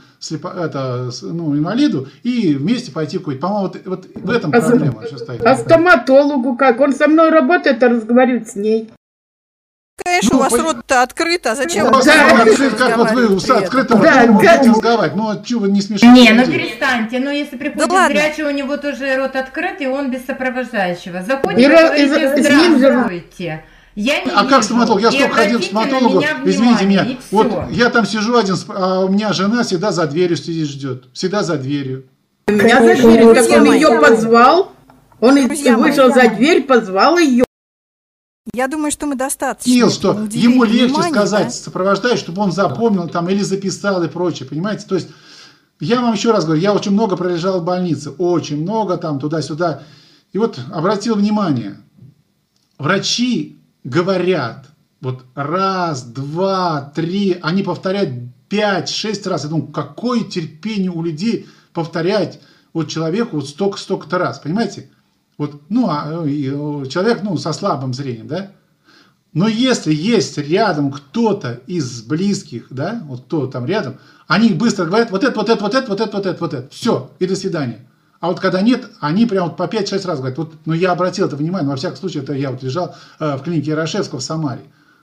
инвалиду и вместе пойти купить. По-моему, вот в этом проблема еще стоит. А стоматологу как? Он со мной работает, а разговаривает с ней. Конечно, у вас рот-то открыт, а зачем? Как вот вы открыто можете разговаривать, ну чего вы не смешите? Не, ну перестаньте, ну если приходит зрячий, у него тоже рот открыт, и он без сопровождающего. Заходите, говорите, здравствуйте. Я не вижу. Как стоматолог? Я сколько ходил к стоматологу, извините меня, вот я там сижу один, а у меня жена всегда за дверью сидит, ждет. Всегда за дверью. У меня за дверью, так он ее позвал, он вышел за дверь, позвал ее. Я думаю, что мы достаточно. Что ему легче сказать сопровождающий, чтобы он запомнил там или записал и прочее, понимаете? То есть, я вам еще раз говорю, я очень много пролежал в больнице, очень много там туда-сюда. И вот обратил внимание, врачи говорят, вот раз, два, три, они повторяют 5-6 раз. Я думаю, какое терпение у людей повторять вот человеку вот столько-то раз, понимаете? Вот, человек, со слабым зрением, да? Но если есть рядом кто-то из близких, да, вот кто там рядом, они быстро говорят, вот это, все, и до свидания. А вот когда нет, они прям вот по 5-6 раз говорят, я обратил это внимание, во всяком случае, это я вот лежал в клинике Ярошевского в Самаре.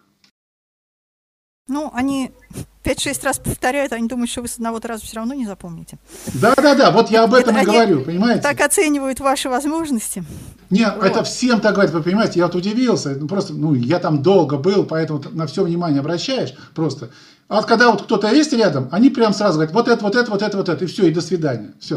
Ну, они 5-6 раз повторяют, они думают, что вы с одного раза все равно не запомните. Да, вот я об этом и говорю, понимаете? Так оценивают ваши возможности. Нет, вот. Это всем так говорят, вы понимаете, я вот удивился, я там долго был, поэтому на все внимание обращаешь просто. А вот когда вот кто-то есть рядом, они прям сразу говорят, вот это, и все, и до свидания, все.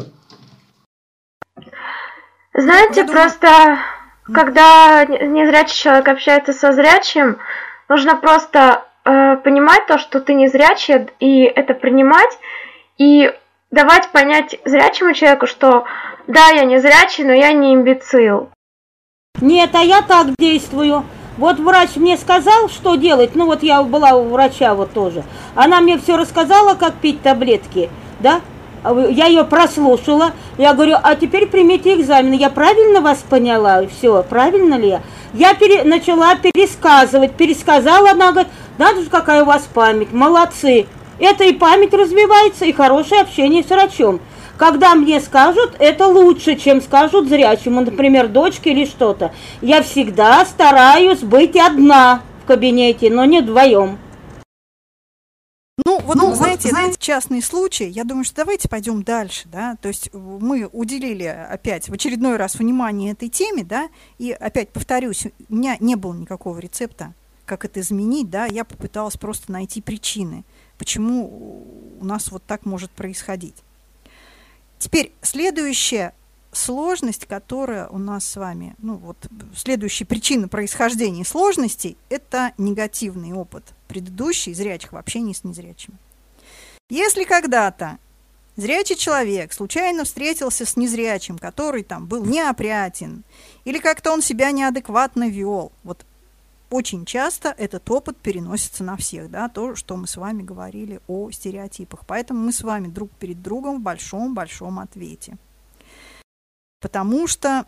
Знаете, просто когда незрячий человек общается со зрячим, нужно просто понимать то, что ты незрячий, и это принимать. И давать понять зрячему человеку, что да, я не зрячий, но я не имбецил. Нет, а я так действую. Вот врач мне сказал, что делать. Ну вот я была у врача вот тоже. Она мне все рассказала, как пить таблетки, да? Я ее прослушала. Я говорю, а теперь примите экзамен. Я правильно вас поняла? Все, правильно ли я? Я начала пересказывать. Пересказала, она говорит, надо же, какая у вас память. Молодцы. Это и память развивается, и хорошее общение с врачом. Когда мне скажут, это лучше, чем скажут зрячему, например, дочке или что-то. Я всегда стараюсь быть одна в кабинете, но не вдвоем. Ну, вот, знаете, частный случай, я думаю, что давайте пойдем дальше, да, то есть мы уделили опять в очередной раз внимание этой теме, да, и опять повторюсь, у меня не было никакого рецепта, как это изменить, да, я попыталась просто найти причины, почему у нас вот так может происходить. Теперь следующая сложность, которая у нас с вами, ну вот следующая причина происхождения сложностей, это негативный опыт предыдущий зрячих в общении с незрячими. Если когда-то зрячий человек случайно встретился с незрячим, который там был неопрятен, или как-то он себя неадекватно вел, вот очень часто этот опыт переносится на всех, да, то, что мы с вами говорили о стереотипах. Поэтому мы с вами друг перед другом в большом-большом ответе. Потому что,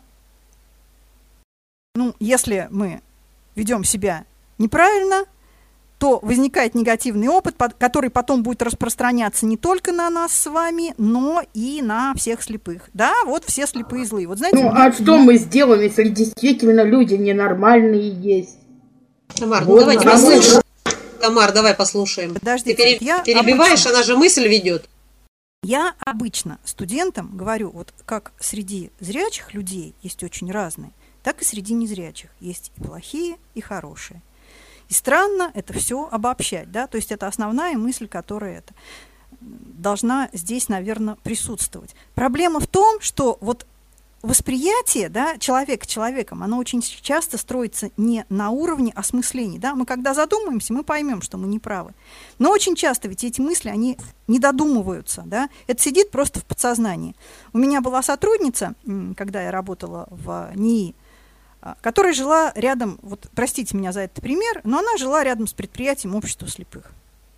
ну, если мы ведем себя неправильно, то возникает негативный опыт, который потом будет распространяться не только на нас с вами, но и на всех слепых. Да, вот все слепые злые. Вот, знаете, ну, а что мы сделаем, если действительно люди ненормальные есть? Тамар, ну давайте послушаем. Тамар, давай послушаем. Подожди, ты перебиваешь, она же мысль ведет. Я обычно студентам говорю, вот как среди зрячих людей есть очень разные, так и среди незрячих есть и плохие, и хорошие. И странно это все обобщать, да, то есть это основная мысль, которая должна здесь, наверное, присутствовать. Проблема в том, что вот восприятие, да, человека человеком, оно очень часто строится не на уровне осмыслений. Да? Мы когда задумаемся, мы поймем, что мы не правы. Но очень часто ведь эти мысли, они не додумываются. Да? Это сидит просто в подсознании. У меня была сотрудница, когда я работала в НИИ, которая жила рядом, вот простите меня за этот пример, но она жила рядом с предприятием общества слепых.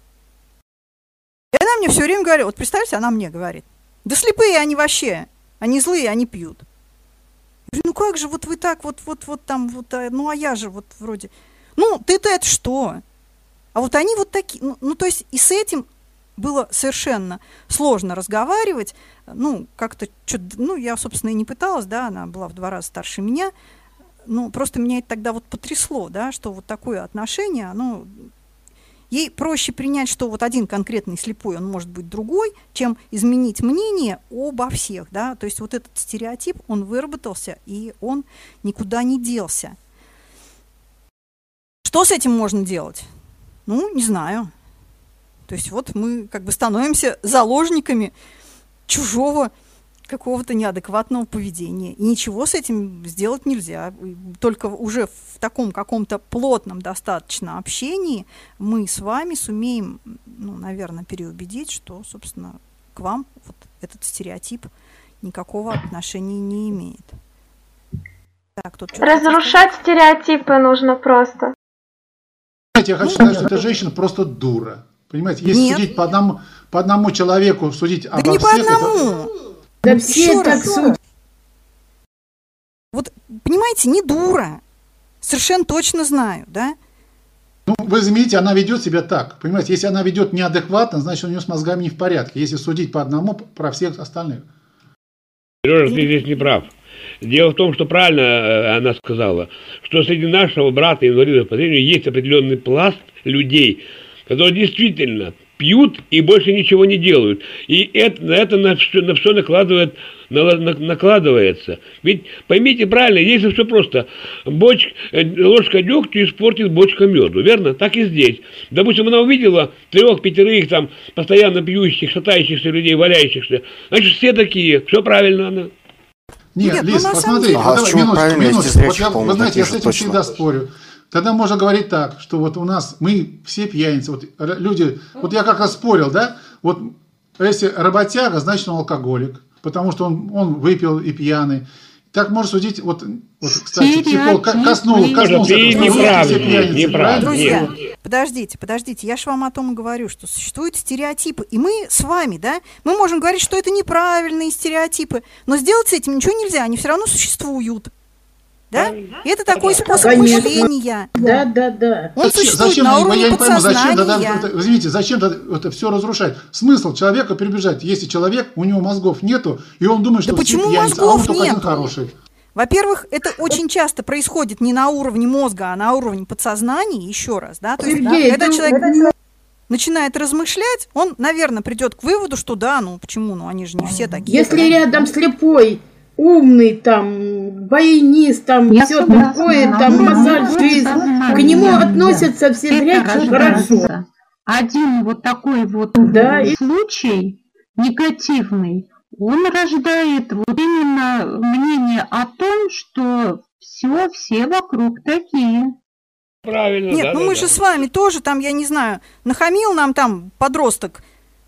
И она мне все время говорила, вот представьте, она мне говорит, да слепые они вообще, они злые, они пьют. Я говорю, ну как же, вот вы так, вот там, вот, ну а я же вот вроде, ну ты-то это что? А вот они вот такие, ну то есть и с этим было совершенно сложно разговаривать, ну как-то, ну я, собственно, и не пыталась, да, она была в 2 раза старше меня, ну просто меня это тогда вот потрясло, да, что вот такое отношение, оно... Ей проще принять, что вот один конкретный слепой, он может быть другой, чем изменить мнение обо всех, да, то есть вот этот стереотип, он выработался, и он никуда не делся. Что с этим можно делать? Ну, не знаю. То есть вот мы как бы становимся заложниками чужого какого-то неадекватного поведения. И ничего с этим сделать нельзя. Только уже в таком каком-то плотном достаточно общении мы с вами сумеем, ну, наверное, переубедить, что, собственно, к вам вот этот стереотип никакого отношения не имеет. Так, разрушать стереотипы нужно просто. Знаете, я хочу сказать, что эта женщина просто дура. Понимаете, если судить по одному человеку, судить обо всех... Да не по одному! Да все так судят. Вот, понимаете, не дура. Совершенно точно знаю, да? Ну, вы заметите, она ведет себя так. Понимаете, если она ведет неадекватно, значит, у нее с мозгами не в порядке. Если судить по одному, про всех остальных. Сережа, ты здесь не прав. Дело в том, что правильно она сказала, что среди нашего брата инвалидов по зрению есть определенный пласт людей, которые действительно пьют и больше ничего не делают. И это на все накладывается. Ведь поймите правильно, здесь все просто. Ложка дегтя испортит бочка меду, верно? Так и здесь. Допустим, она увидела 3-5 там постоянно пьющих, шатающихся людей, валяющихся. Значит, все такие. Все правильно она. Нет, Лиз, посмотри, минутку. Вы знаете, я с этим всегда спорю. Тогда можно говорить так, что вот у нас, мы все пьяницы, вот люди, вот я как раз спорил, да, вот А если работяга, значит он алкоголик, потому что он выпил и пьяный. Так можно судить, вот кстати, психолог коснулся неправильно. Друзья, подождите, я же вам о том и говорю, что существуют стереотипы, и мы с вами, да, мы можем говорить, что это неправильные стереотипы, но сделать с этим ничего нельзя, они все равно существуют. Да? И это такой способ мышления. Да. Он существует на уровне подсознания. Извините, зачем это все разрушать? Смысл человека перебежать, если человек, у него мозгов нету, и он думает, что почему мозгов нет? Во-первых, это очень часто происходит не на уровне мозга, а на уровне подсознания, еще раз. Да? То есть, когда человек начинает размышлять, он, наверное, придет к выводу, что да, ну почему, они же не все такие. Если рядом слепой, умный, там, баянист, там, все такое, там, массажист, к нему относятся все зрячие хорошо. Один вот такой вот случай негативный, он рождает вот именно мнение о том, что все вокруг такие. Правильно, нет, мы же с вами тоже там, я не знаю, нахамил нам там подросток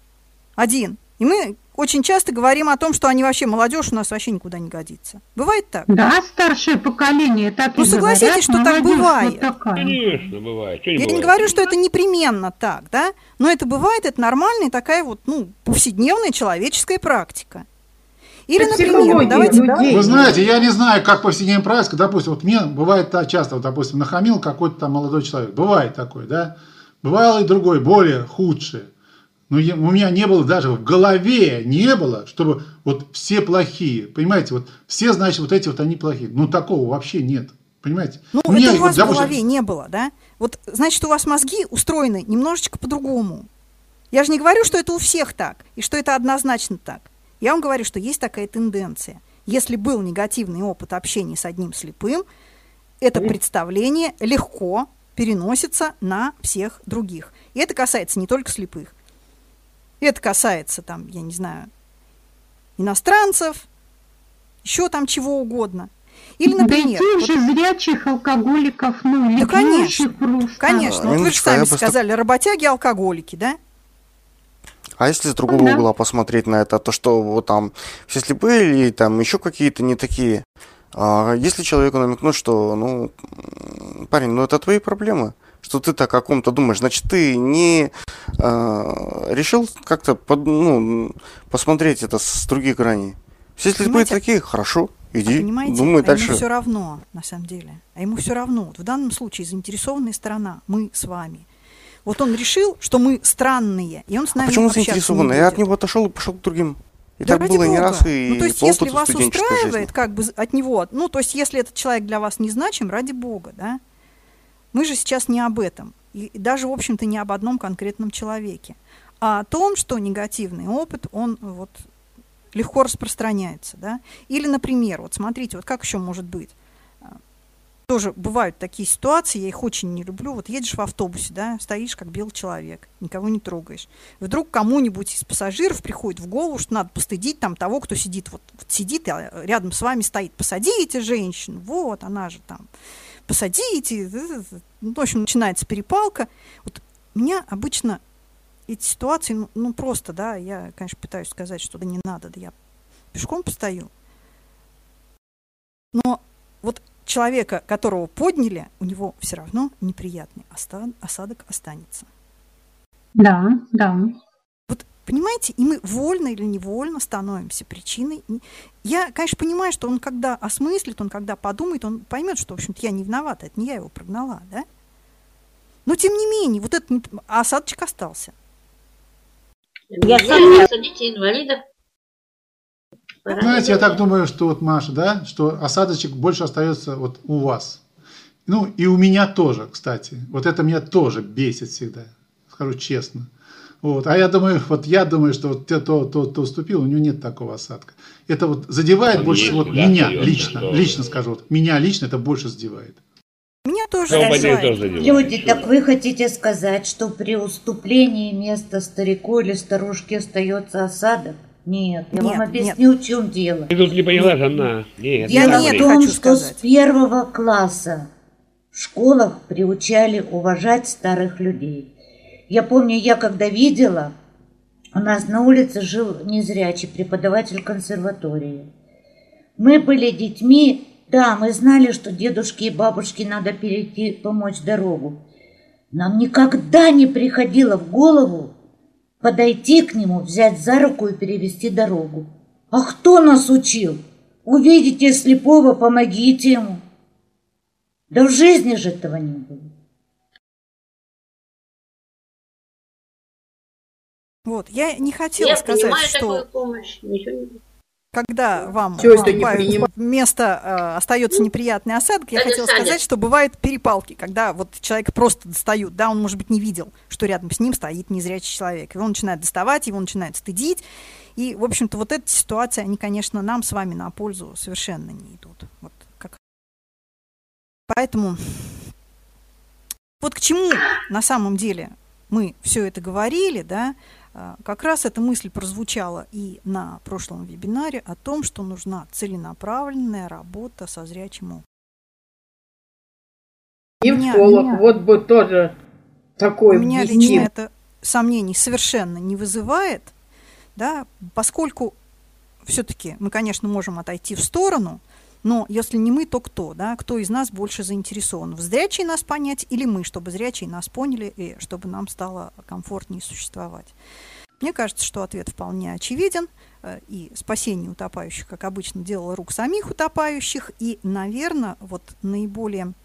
один, и мы очень часто говорим о том, что они вообще, молодежь у нас вообще никуда не годится. Бывает так? Да, старшее поколение так и говорят. Ну, согласитесь, что так бывает. Конечно, бывает. Я не говорю, что это непременно так, да? Но это бывает, это нормальная такая вот, повседневная человеческая практика. Или, например, давайте... Вы знаете, я не знаю, как повседневная практика, допустим, вот мне бывает часто, вот, допустим, нахамил какой-то там молодой человек. Бывает такой, да? Бывало и другой, более худшее. Но у меня не было даже в голове, не было, чтобы вот все плохие, понимаете, вот все, значит, вот эти вот они плохие. Ну, такого вообще нет, понимаете? Ну, это у вас в голове не было, да? Вот, значит, у вас мозги устроены немножечко по-другому. Я же не говорю, что это у всех так, и что это однозначно так. Я вам говорю, что есть такая тенденция. Если был негативный опыт общения с одним слепым, это представление легко переносится на всех других. И это касается не только слепых. Это касается, там, я не знаю, иностранцев, еще там чего угодно. Или, например... Да же зрячих алкоголиков, да, конечно, конечно. Вот вы же сами сказали, работяги, алкоголики, да? А если с другого угла посмотреть на это, то что вот там все слепые или там еще какие-то не такие, если человеку намекнуть, что, парень, это твои проблемы, что ты так о ком-то думаешь, значит, ты не решил как-то посмотреть это с других граней. Все слепые такие, хорошо, иди, думай дальше. Ему все равно, на самом деле. А ему все равно. Вот в данном случае заинтересованная сторона, мы с вами. Вот он решил, что мы странные, и он с нами почему заинтересованный? Я от него отошел и пошел к другим. И да так было не раз, и то есть, если вас устраивает, как бы от него, то есть, если этот человек для вас не значим, ради бога, да? Мы же сейчас не об этом, и даже, в общем-то, не об одном конкретном человеке, а о том, что негативный опыт, он вот легко распространяется, да? Или, например, вот смотрите, вот как еще может быть? Тоже бывают такие ситуации, я их очень не люблю. Вот едешь в автобусе, да, стоишь как белый человек, никого не трогаешь. Вдруг кому-нибудь из пассажиров приходит в голову, что надо постыдить там того, кто сидит, вот сидит, а рядом с вами стоит. Посадите женщину, вот она же там, посадите. В общем, начинается перепалка. Вот меня обычно эти ситуации, просто, да, я, конечно, пытаюсь сказать, что да не надо, да я пешком постою. Но вот человека, которого подняли, у него все равно неприятный осадок останется. Да. Вот понимаете, и мы вольно или невольно становимся причиной. Я, конечно, понимаю, что он когда осмыслит, он когда подумает, он поймет, что, в общем-то, я не виновата, это не я его прогнала, да? Но, тем не менее, вот этот осадочек остался. Я садите инвалидов. Знаете, я так думаю, что вот, Маша, да, что осадочек больше остается вот у вас. И у меня тоже, кстати. Вот это меня тоже бесит всегда, скажу честно. Вот. А я думаю, что вот кто уступил, у него нет такого осадка. Это вот задевает больше всего меня лично скажу. Вот, меня лично это больше задевает. Меня тоже задевает. Люди, так вы хотите сказать, что при уступлении места старику или старушке остается осадок? Нет, я вам объясню, в чем дело. Ты тут не поняла, Жанна. Нет, в том, что с 1 класса в школах приучали уважать старых людей. Я помню, я когда видела У нас на улице жил незрячий преподаватель консерватории. Мы были детьми, да, мы знали, что дедушке и бабушке надо перейти, помочь дорогу. Нам никогда не приходило в голову подойти к нему, взять за руку и перевести дорогу. А кто нас учил? Увидите слепого, помогите ему. Да в жизни же этого не было. Вот, я не хотела сказать, что когда вам место остается неприятный осадок, я хотела сказать, что бывают перепалки, когда вот человека просто достают, да, он, может быть, не видел, что рядом с ним стоит незрячий человек, его начинают доставать, его начинают стыдить, и, в общем-то, вот эти ситуации, они, конечно, нам с вами на пользу совершенно не идут. Вот как. Поэтому вот к чему на самом деле мы все это говорили, да, как раз эта мысль прозвучала и на прошлом вебинаре о том, что нужна целенаправленная работа со зрячим опытом. Невролог, вот бы тоже такой. У меня лично это сомнений совершенно не вызывает, да, поскольку все-таки мы, конечно, можем отойти в сторону, но если не мы, то кто, да, кто из нас больше заинтересован? В зрячие нас понять или мы, чтобы зрячие нас поняли и чтобы нам стало комфортнее существовать? Мне кажется, что ответ вполне очевиден, и спасение утопающих, как обычно, дело рук самих утопающих, и, наверное, вот наиболее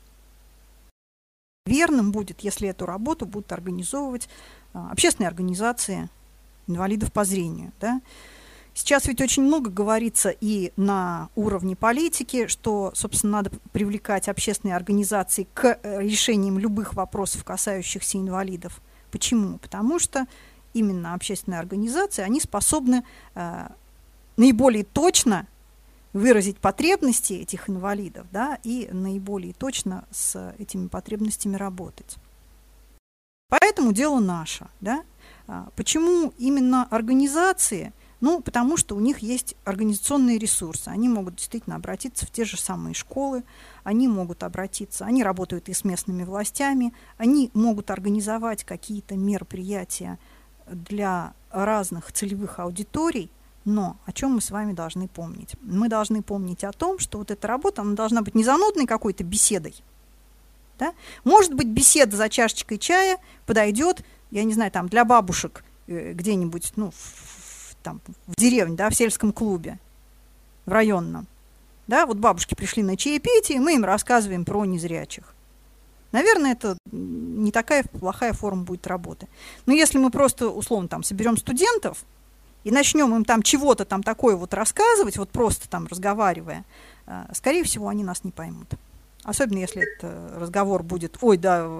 верным будет, если эту работу будут организовывать общественные организации инвалидов по зрению, да. Сейчас ведь очень много говорится и на уровне политики, что, собственно, надо привлекать общественные организации к решениям любых вопросов, касающихся инвалидов. Почему? Потому что именно общественные организации, они способны наиболее точно выразить потребности этих инвалидов, да, и наиболее точно с этими потребностями работать. Поэтому дело наше. Да? Почему именно организации? Ну, потому что у них есть организационные ресурсы. Они могут действительно обратиться в те же самые школы, они могут обратиться, они работают и с местными властями, они могут организовать какие-то мероприятия для разных целевых аудиторий, но о чем мы с вами должны помнить? Мы должны помнить о том, что вот эта работа, она должна быть не занудной какой-то беседой. Да? Может быть, беседа за чашечкой чая подойдет, я не знаю, там, для бабушек где-нибудь, ну, там, в деревне, да, в сельском клубе, в районном. Да, вот бабушки пришли на чаепитие, мы им рассказываем про незрячих. Наверное, это не такая плохая форма будет работы. Но если мы просто, условно, там, соберем студентов и начнем им там чего-то там такое вот рассказывать, вот просто там разговаривая, скорее всего, они нас не поймут. Особенно, если этот разговор будет, ой, да,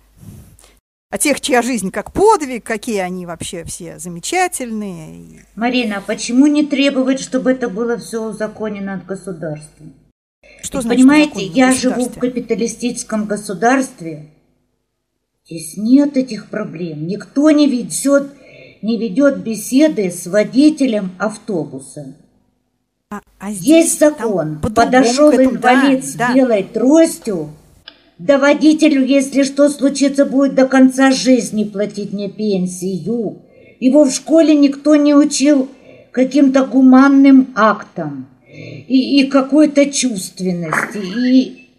о тех, чья жизнь как подвиг, какие они вообще все замечательные. Марина, а почему не требовать, чтобы это было все узаконено от государства? Что значит, понимаете, я живу в капиталистическом государстве. Здесь нет этих проблем. Никто не ведет беседы с водителем автобуса. Есть закон. Подошел инвалид с белой тростью. Да водителю, если что случится, будет до конца жизни платить мне пенсию. Его в школе никто не учил каким-то гуманным актам и какой-то чувственности. И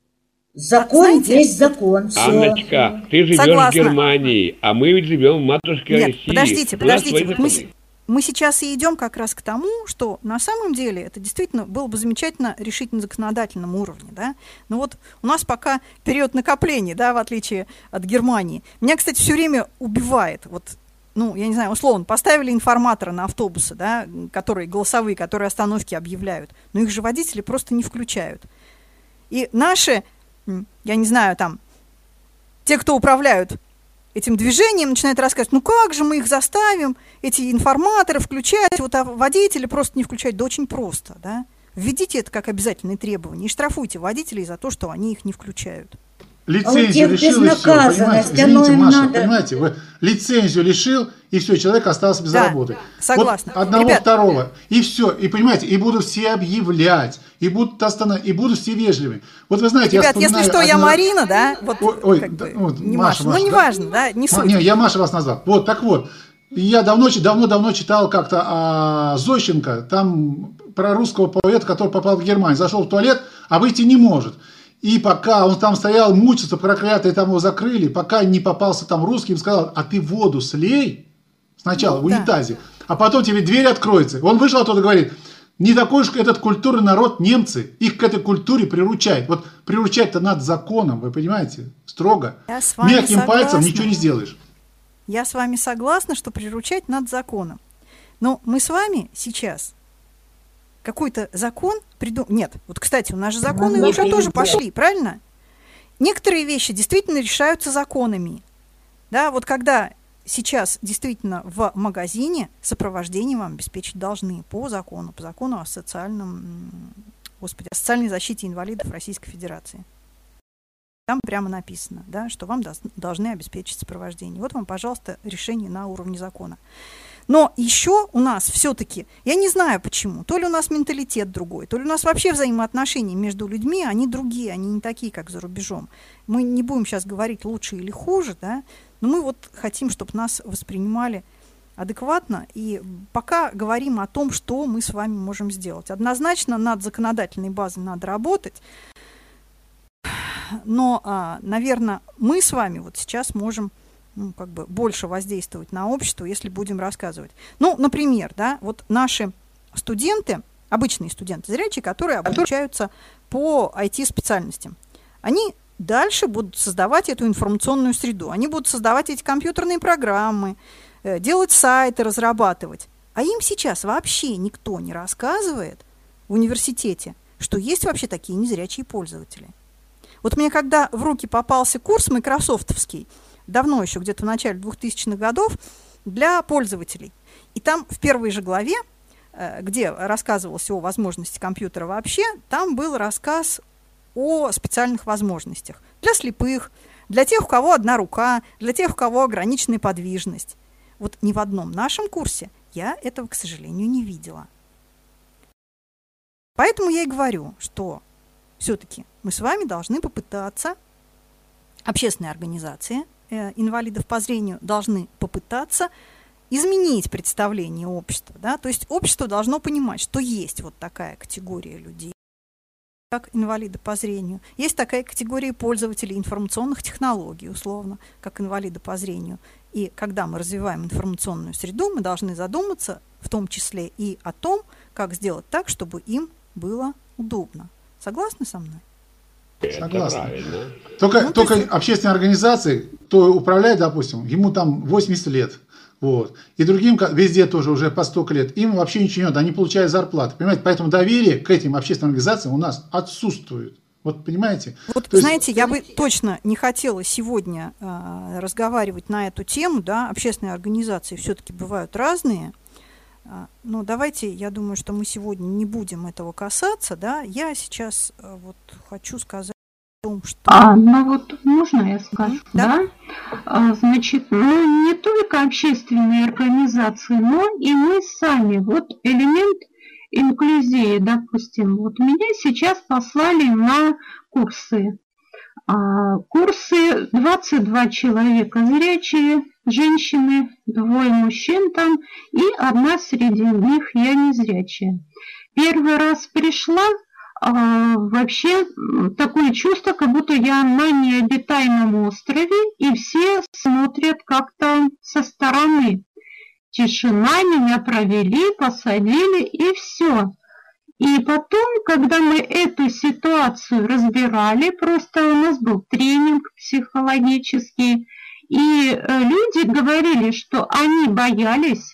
закон есть закон. Все. Анночка, ты живешь в Германии, а мы ведь живем в матушке России. Подождите. Мы сейчас и идем как раз к тому, что на самом деле это действительно было бы замечательно решить на законодательном уровне. Да? Но вот у нас пока период накопления, да, в отличие от Германии. Меня, кстати, все время убивает. Вот, ну, я не знаю, условно, поставили информатора на автобусы, да, которые голосовые, которые остановки объявляют, но их же водители просто не включают. И наши, я не знаю, там, те, кто управляют этим движением, начинают рассказывать, ну как же мы их заставим, эти информаторы включать, вот, а водители просто не включать. Да очень просто, да. Введите это как обязательное требование и штрафуйте водителей за то, что они их не включают. Лицензию лишил, и все, понимаете? Извините, Маша, понимаете, вы лицензию лишил, и все, человек остался без работы. Согласна. Вот одного, второго, и все, и понимаете, и будут все объявлять, и будут останавливать, и будут все вежливыми. Вот вы знаете, ребят, я вспоминаю... если что, я Марина, да? Вот, ой, не Маша, ну неважно, да, не суть. Не, я Маша вас назвал. Вот, так вот, И я давно читал как-то Зощенко, там про русского поэта, который попал в Германию, зашел в туалет, а выйти не может. И пока он там стоял, мучился, проклятые, там его закрыли, пока не попался там русский, им сказал, а ты воду слей сначала в унитазе, а потом тебе дверь откроется. Он вышел оттуда и говорит, не такой уж этот культурный народ немцы, их к этой культуре приручают. Вот приручать-то надо законом, вы понимаете, строго. Мягким пальцем ничего не сделаешь. Я с вами согласна, что приручать надо законом. Но мы с вами сейчас какой-то закон придумали. Нет, вот, кстати, у нас же законы уже тоже пошли, правильно? Некоторые вещи действительно решаются законами. Да, вот когда сейчас действительно в магазине сопровождение вам обеспечить должны по закону о о социальной защите инвалидов Российской Федерации. Там прямо написано, да, что вам должны обеспечить сопровождение. Вот вам, пожалуйста, решение на уровне закона. Но еще у нас все-таки, я не знаю почему, то ли у нас менталитет другой, то ли у нас вообще взаимоотношения между людьми, они другие, они не такие, как за рубежом. Мы не будем сейчас говорить лучше или хуже, да, но мы вот хотим, чтобы нас воспринимали адекватно, и пока говорим о том, что мы с вами можем сделать. Однозначно над законодательной базой надо работать, но, наверное, мы с вами вот сейчас можем больше воздействовать на общество, если будем рассказывать. Ну, например, да, вот наши студенты, обычные студенты зрячие, которые обучаются по IT-специальностям, они дальше будут создавать эту информационную среду, они будут создавать эти компьютерные программы, делать сайты, разрабатывать. А им сейчас вообще никто не рассказывает в университете, что есть вообще такие незрячие пользователи. Вот мне когда в руки попался курс майкрософтовский, давно еще, где-то в начале 2000-х годов, для пользователей. И там в первой же главе, где рассказывалось о возможности компьютера вообще, там был рассказ о специальных возможностях для слепых, для тех, у кого одна рука, для тех, у кого ограниченная подвижность. Вот ни в одном нашем курсе я этого, к сожалению, не видела. Поэтому я и говорю, что все-таки мы с вами должны попытаться, общественные организации инвалидов по зрению должны попытаться изменить представление общества. Да? То есть общество должно понимать, что есть вот такая категория людей, как инвалиды по зрению. Есть такая категория пользователей информационных технологий, условно, как инвалиды по зрению. И когда мы развиваем информационную среду, мы должны задуматься в том числе и о том, как сделать так, чтобы им было удобно. Согласны со мной? Согласен. Только общественные организации, кто управляет, допустим, ему там 80 лет. Вот. И другим везде тоже уже по столько лет. Им вообще ничего не надо, они получают зарплату. Понимаете? Поэтому доверие к этим общественным организациям у нас отсутствует. Вот понимаете? Вот знаете, я бы точно не хотела сегодня разговаривать на эту тему. Да? Общественные организации все-таки бывают разные. Но давайте, я думаю, что мы сегодня не будем этого касаться. Да? Я сейчас вот хочу сказать о том, что... Ну вот можно я скажу? Да? Значит, не только общественные организации, но и мы сами. Вот элемент инклюзии, допустим. Вот меня сейчас послали на курсы. Курсы 22 человека зрячие, женщины, 2 мужчин там, и одна среди них я незрячая. Первый раз пришла, вообще такое чувство, как будто я на необитаемом острове, и все смотрят как-то со стороны. Тишина, меня провели, посадили, и все. И потом, когда мы эту ситуацию разбирали, просто у нас был тренинг психологический, и люди говорили, что они боялись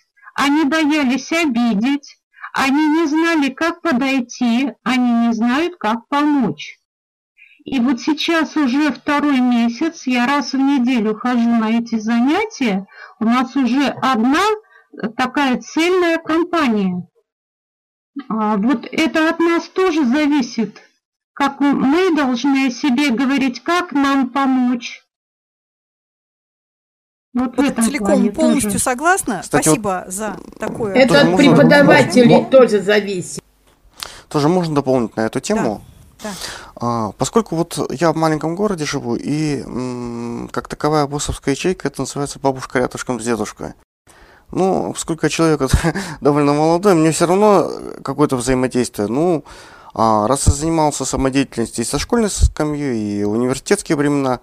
обидеть, они не знали, как подойти, они не знают, как помочь. И вот сейчас уже 2-й месяц, я раз в неделю хожу на эти занятия, у нас уже одна такая цельная компания. Вот это от нас тоже зависит, как мы должны о себе говорить, как нам помочь. Вот в этом целиком полностью тоже согласна. Кстати, спасибо за такое. Это от преподавателей тоже зависит. Тоже можно дополнить на эту тему. Да. Поскольку вот я в маленьком городе живу, и как таковая боссовская ячейка, это называется бабушка рядышком с дедушкой. Ну, поскольку я человек довольно молодой, мне все равно какое-то взаимодействие. Ну, раз я занимался самодеятельностью и со школьной скамьей, и в университетские времена,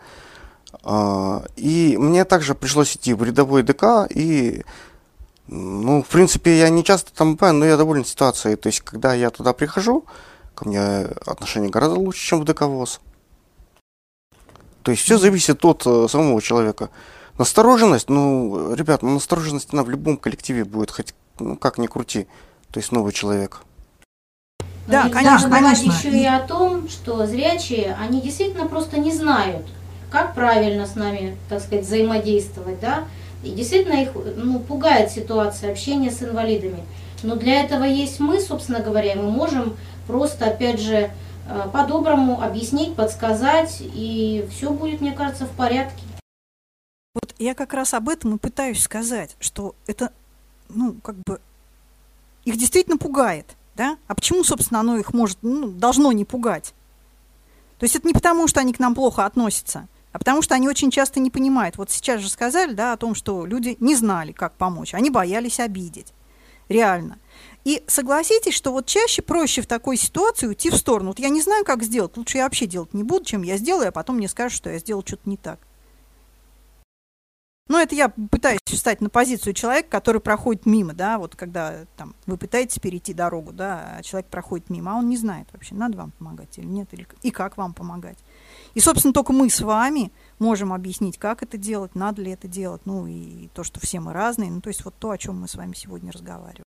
и мне также пришлось идти в рядовой ДК, и, ну, в принципе, я не часто там бываю, но я доволен ситуацией. То есть, когда я туда прихожу, ко мне отношение гораздо лучше, чем в ДК ВОС. То есть, все зависит от самого человека. Настороженность, ну, ребят, настороженность, она в любом коллективе будет, хоть, ну, как ни крути. То есть, новый человек. Да, конечно, конечно. Еще и о том, что зрячие, они действительно просто не знают, как правильно с нами, так сказать, взаимодействовать, да, и действительно их, ну, пугает ситуация общения с инвалидами. Но для этого есть мы, собственно говоря, мы можем просто, опять же, по-доброму объяснить, подсказать, и все будет, мне кажется, в порядке. Вот я как раз об этом и пытаюсь сказать, что это, ну, как бы, их действительно пугает, да? А почему, собственно, оно их может, ну, должно не пугать? То есть это не потому, что они к нам плохо относятся, а потому что они очень часто не понимают. Вот сейчас же сказали, да, о том, что люди не знали, как помочь, они боялись обидеть. Реально. И согласитесь, что вот чаще проще в такой ситуации уйти в сторону. Вот я не знаю, как сделать, лучше я вообще делать не буду, чем я сделаю, а потом мне скажут, что я сделал что-то не так. Ну, это я пытаюсь встать на позицию человека, который проходит мимо, да, вот когда там вы пытаетесь перейти дорогу, да, а человек проходит мимо, а он не знает вообще, надо вам помогать или нет, или, и как вам помогать. И, собственно, только мы с вами можем объяснить, как это делать, надо ли это делать, ну, и то, что все мы разные, ну, то есть вот то, о чем мы с вами сегодня разговариваем.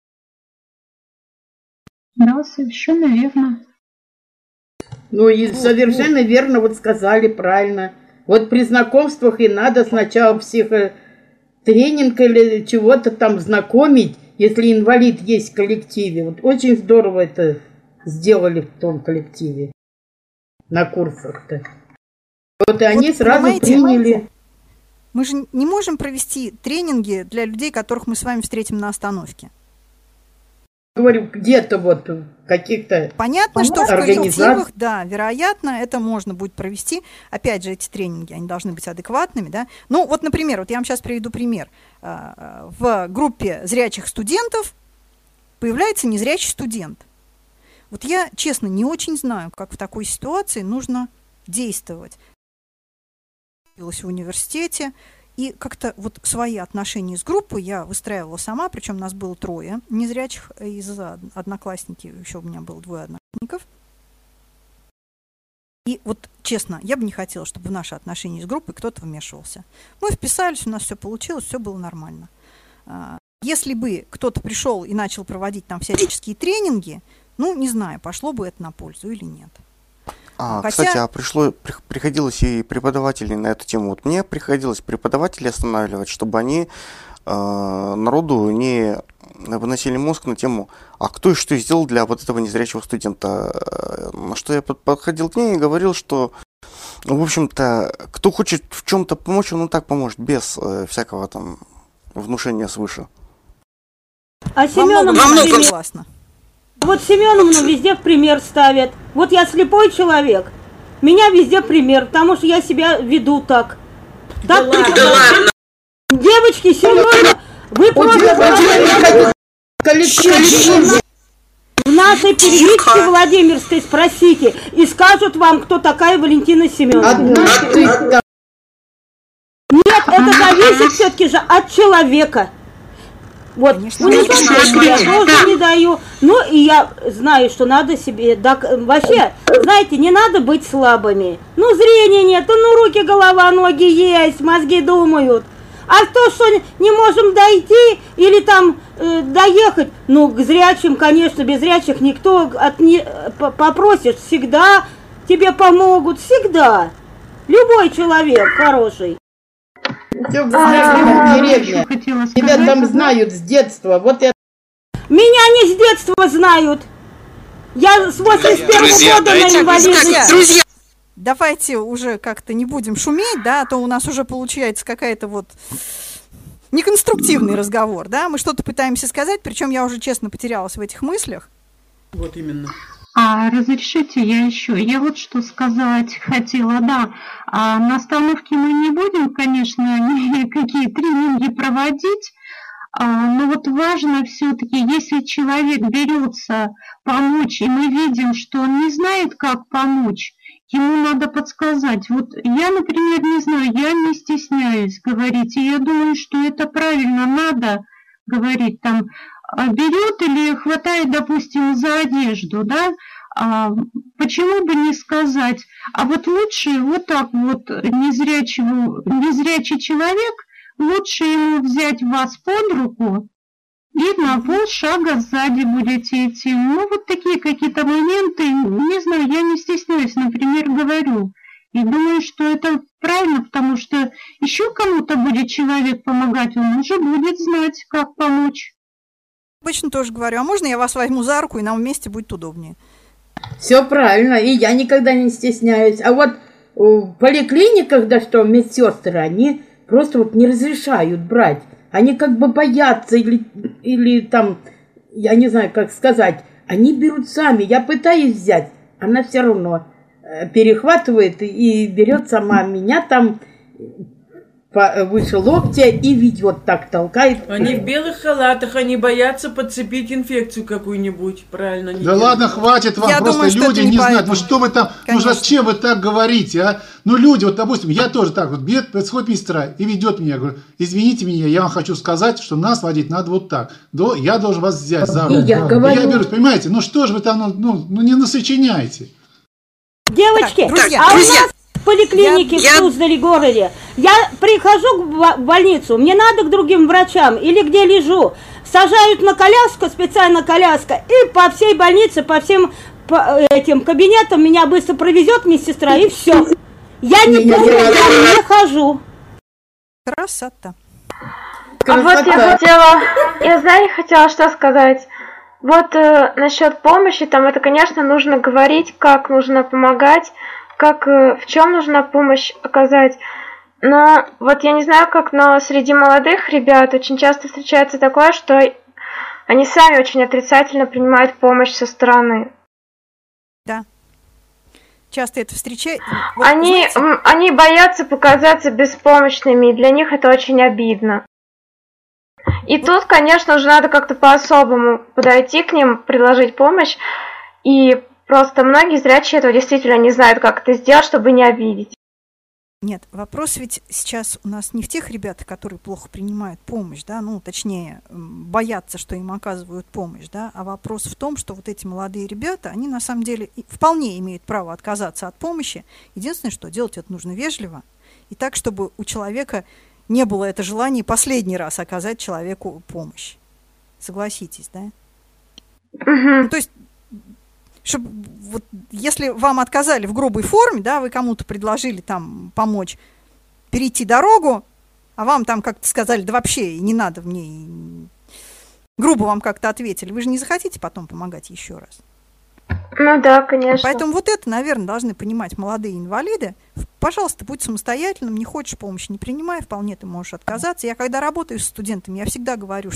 Да, совершенно верно. Ну, и совершенно верно вот сказали, правильно. Вот при знакомствах и надо сначала психотренинг или чего-то там знакомить, если инвалид есть в коллективе. Вот очень здорово это сделали в том коллективе на курсах-то. Вот и они вот, сразу приняли. Мы же не можем провести тренинги для людей, которых мы с вами встретим на остановке. Говорю, где-то вот каких-то понятно, что в коллективах, да, вероятно, это можно будет провести. Опять же, эти тренинги, они должны быть адекватными, да. Ну, вот, например, вот я вам сейчас приведу пример. В группе зрячих студентов появляется незрячий студент. Вот я, честно, не очень знаю, как в такой ситуации нужно действовать. Я в университете, и как-то вот свои отношения с группой я выстраивала сама, причем нас было 3 незрячих из одноклассники, еще у меня было 2 одноклассников. И вот, честно, я бы не хотела, чтобы в наши отношения с группой кто-то вмешивался. Мы вписались, у нас все получилось, все было нормально. Если бы кто-то пришел и начал проводить там всяческие тренинги, ну, не знаю, пошло бы это на пользу или нет. Кстати, приходилось и преподавателей на эту тему. Вот мне приходилось преподавателей останавливать, чтобы они народу не выносили мозг на тему, а кто и что сделал для вот этого незрячего студента. На что я подходил к ней и говорил, что, в общем-то, кто хочет в чем-то помочь, он и так поможет, без всякого там внушения свыше. А Семеновна, согласна. Вот Семеновну везде в пример ставят. Вот я слепой человек, меня везде пример, потому что я себя веду так. Так ладно. Девочки, Семеновна, вы просто... В нашей переводчике Владимирской спросите, и скажут вам, кто такая Валентина Семеновна. Нет, это зависит все-таки же от человека. Вот, конечно, я тоже не даю. Ну, и я знаю, что надо себе... Вообще, знаете, не надо быть слабыми. Ну, зрения нет, ну, руки, голова, ноги есть, мозги думают. А то, что не можем дойти или там доехать, ну, к зрячим, конечно, без зрячих никто попросишь, всегда тебе помогут, всегда. Любой человек хороший. Все в деревне. Тебя там знают с детства. Вот я... Меня не с детства знают. Я с 81-го года на инвалидности. Друзья, давайте уже как-то не будем шуметь, да, а то у нас уже получается какая-то вот неконструктивный разговор, да. Мы что-то пытаемся сказать, причем я уже честно потерялась в этих мыслях. Вот именно. Разрешите я вот что сказать хотела, да. На остановке мы не будем, конечно, никакие тренинги проводить, Но вот важно все-таки, если человек берется помочь, и мы видим, что он не знает, как помочь, ему надо подсказать. Вот я, например, не знаю, я не стесняюсь говорить, и я думаю, что это правильно, надо говорить там, берет или хватает, допустим, за одежду, да, почему бы не сказать, а вот лучше вот так вот незрячий человек, лучше ему взять вас под руку и на полшага сзади будете идти. Ну, вот такие какие-то моменты, не знаю, я не стесняюсь, например, говорю. И думаю, что это правильно, потому что еще кому-то будет человек помогать, он уже будет знать, как помочь. Обычно тоже говорю, а можно я вас возьму за руку, и нам вместе будет удобнее? Все правильно, и я никогда не стесняюсь. А вот в поликлиниках, да что, медсестры, они просто вот не разрешают брать. Они как бы боятся или там, я не знаю, как сказать, они берут сами. Я пытаюсь взять, она все равно перехватывает и берет сама меня там выше локтя и ведет так, толкает. Они в белых халатах, они боятся подцепить инфекцию какую-нибудь, правильно? Да ладно, хватит вам, просто люди не знают. Ну что вы там, ну зачем вы так говорите, а? Ну люди, вот допустим, я тоже так, вот подходит медсестра и ведет меня, я говорю, извините меня, я вам хочу сказать, что нас водить надо вот так. Я должен вас взять за руку. Я берусь, понимаете, ну что же вы там, ну не насочиняйте. Девочки, друзья, у нас в поликлинике в Суздале городе, я прихожу в больницу, мне надо к другим врачам или где лежу, сажают на коляску, специально коляска, и по всей больнице, по всем этим кабинетам меня быстро провезет медсестра, и все. Я не хожу. Красота. А вот я хотела что сказать. Вот насчет помощи, там это, конечно, нужно говорить, как нужно помогать, как в чем нужно помощь оказать. Но вот я не знаю как, но среди молодых ребят очень часто встречается такое, что они сами очень отрицательно принимают помощь со стороны. Да. Часто это встречается. Вот, они боятся показаться беспомощными, и для них это очень обидно. И тут, конечно же, надо как-то по-особому подойти к ним, предложить помощь. И просто многие зрячие этого действительно не знают, как это сделать, чтобы не обидеть. Нет, вопрос ведь сейчас у нас не в тех ребятах, которые плохо принимают помощь, да, ну, точнее, боятся, что им оказывают помощь, да, а вопрос в том, что вот эти молодые ребята, они на самом деле вполне имеют право отказаться от помощи. Единственное, что делать это нужно вежливо и так, чтобы у человека не было это желание последний раз оказать человеку помощь. Согласитесь, да? Ну, то есть, чтобы, вот, если вам отказали в грубой форме, да, вы кому-то предложили там помочь перейти дорогу, а вам там как-то сказали, да вообще и не надо мне, грубо вам как-то ответили, вы же не захотите потом помогать еще раз. Ну да, конечно. Поэтому вот это, наверное, должны понимать молодые инвалиды. Пожалуйста, будь самостоятельным, не хочешь помощи, не принимай, вполне ты можешь отказаться. Я когда работаю с студентами, я всегда говорю,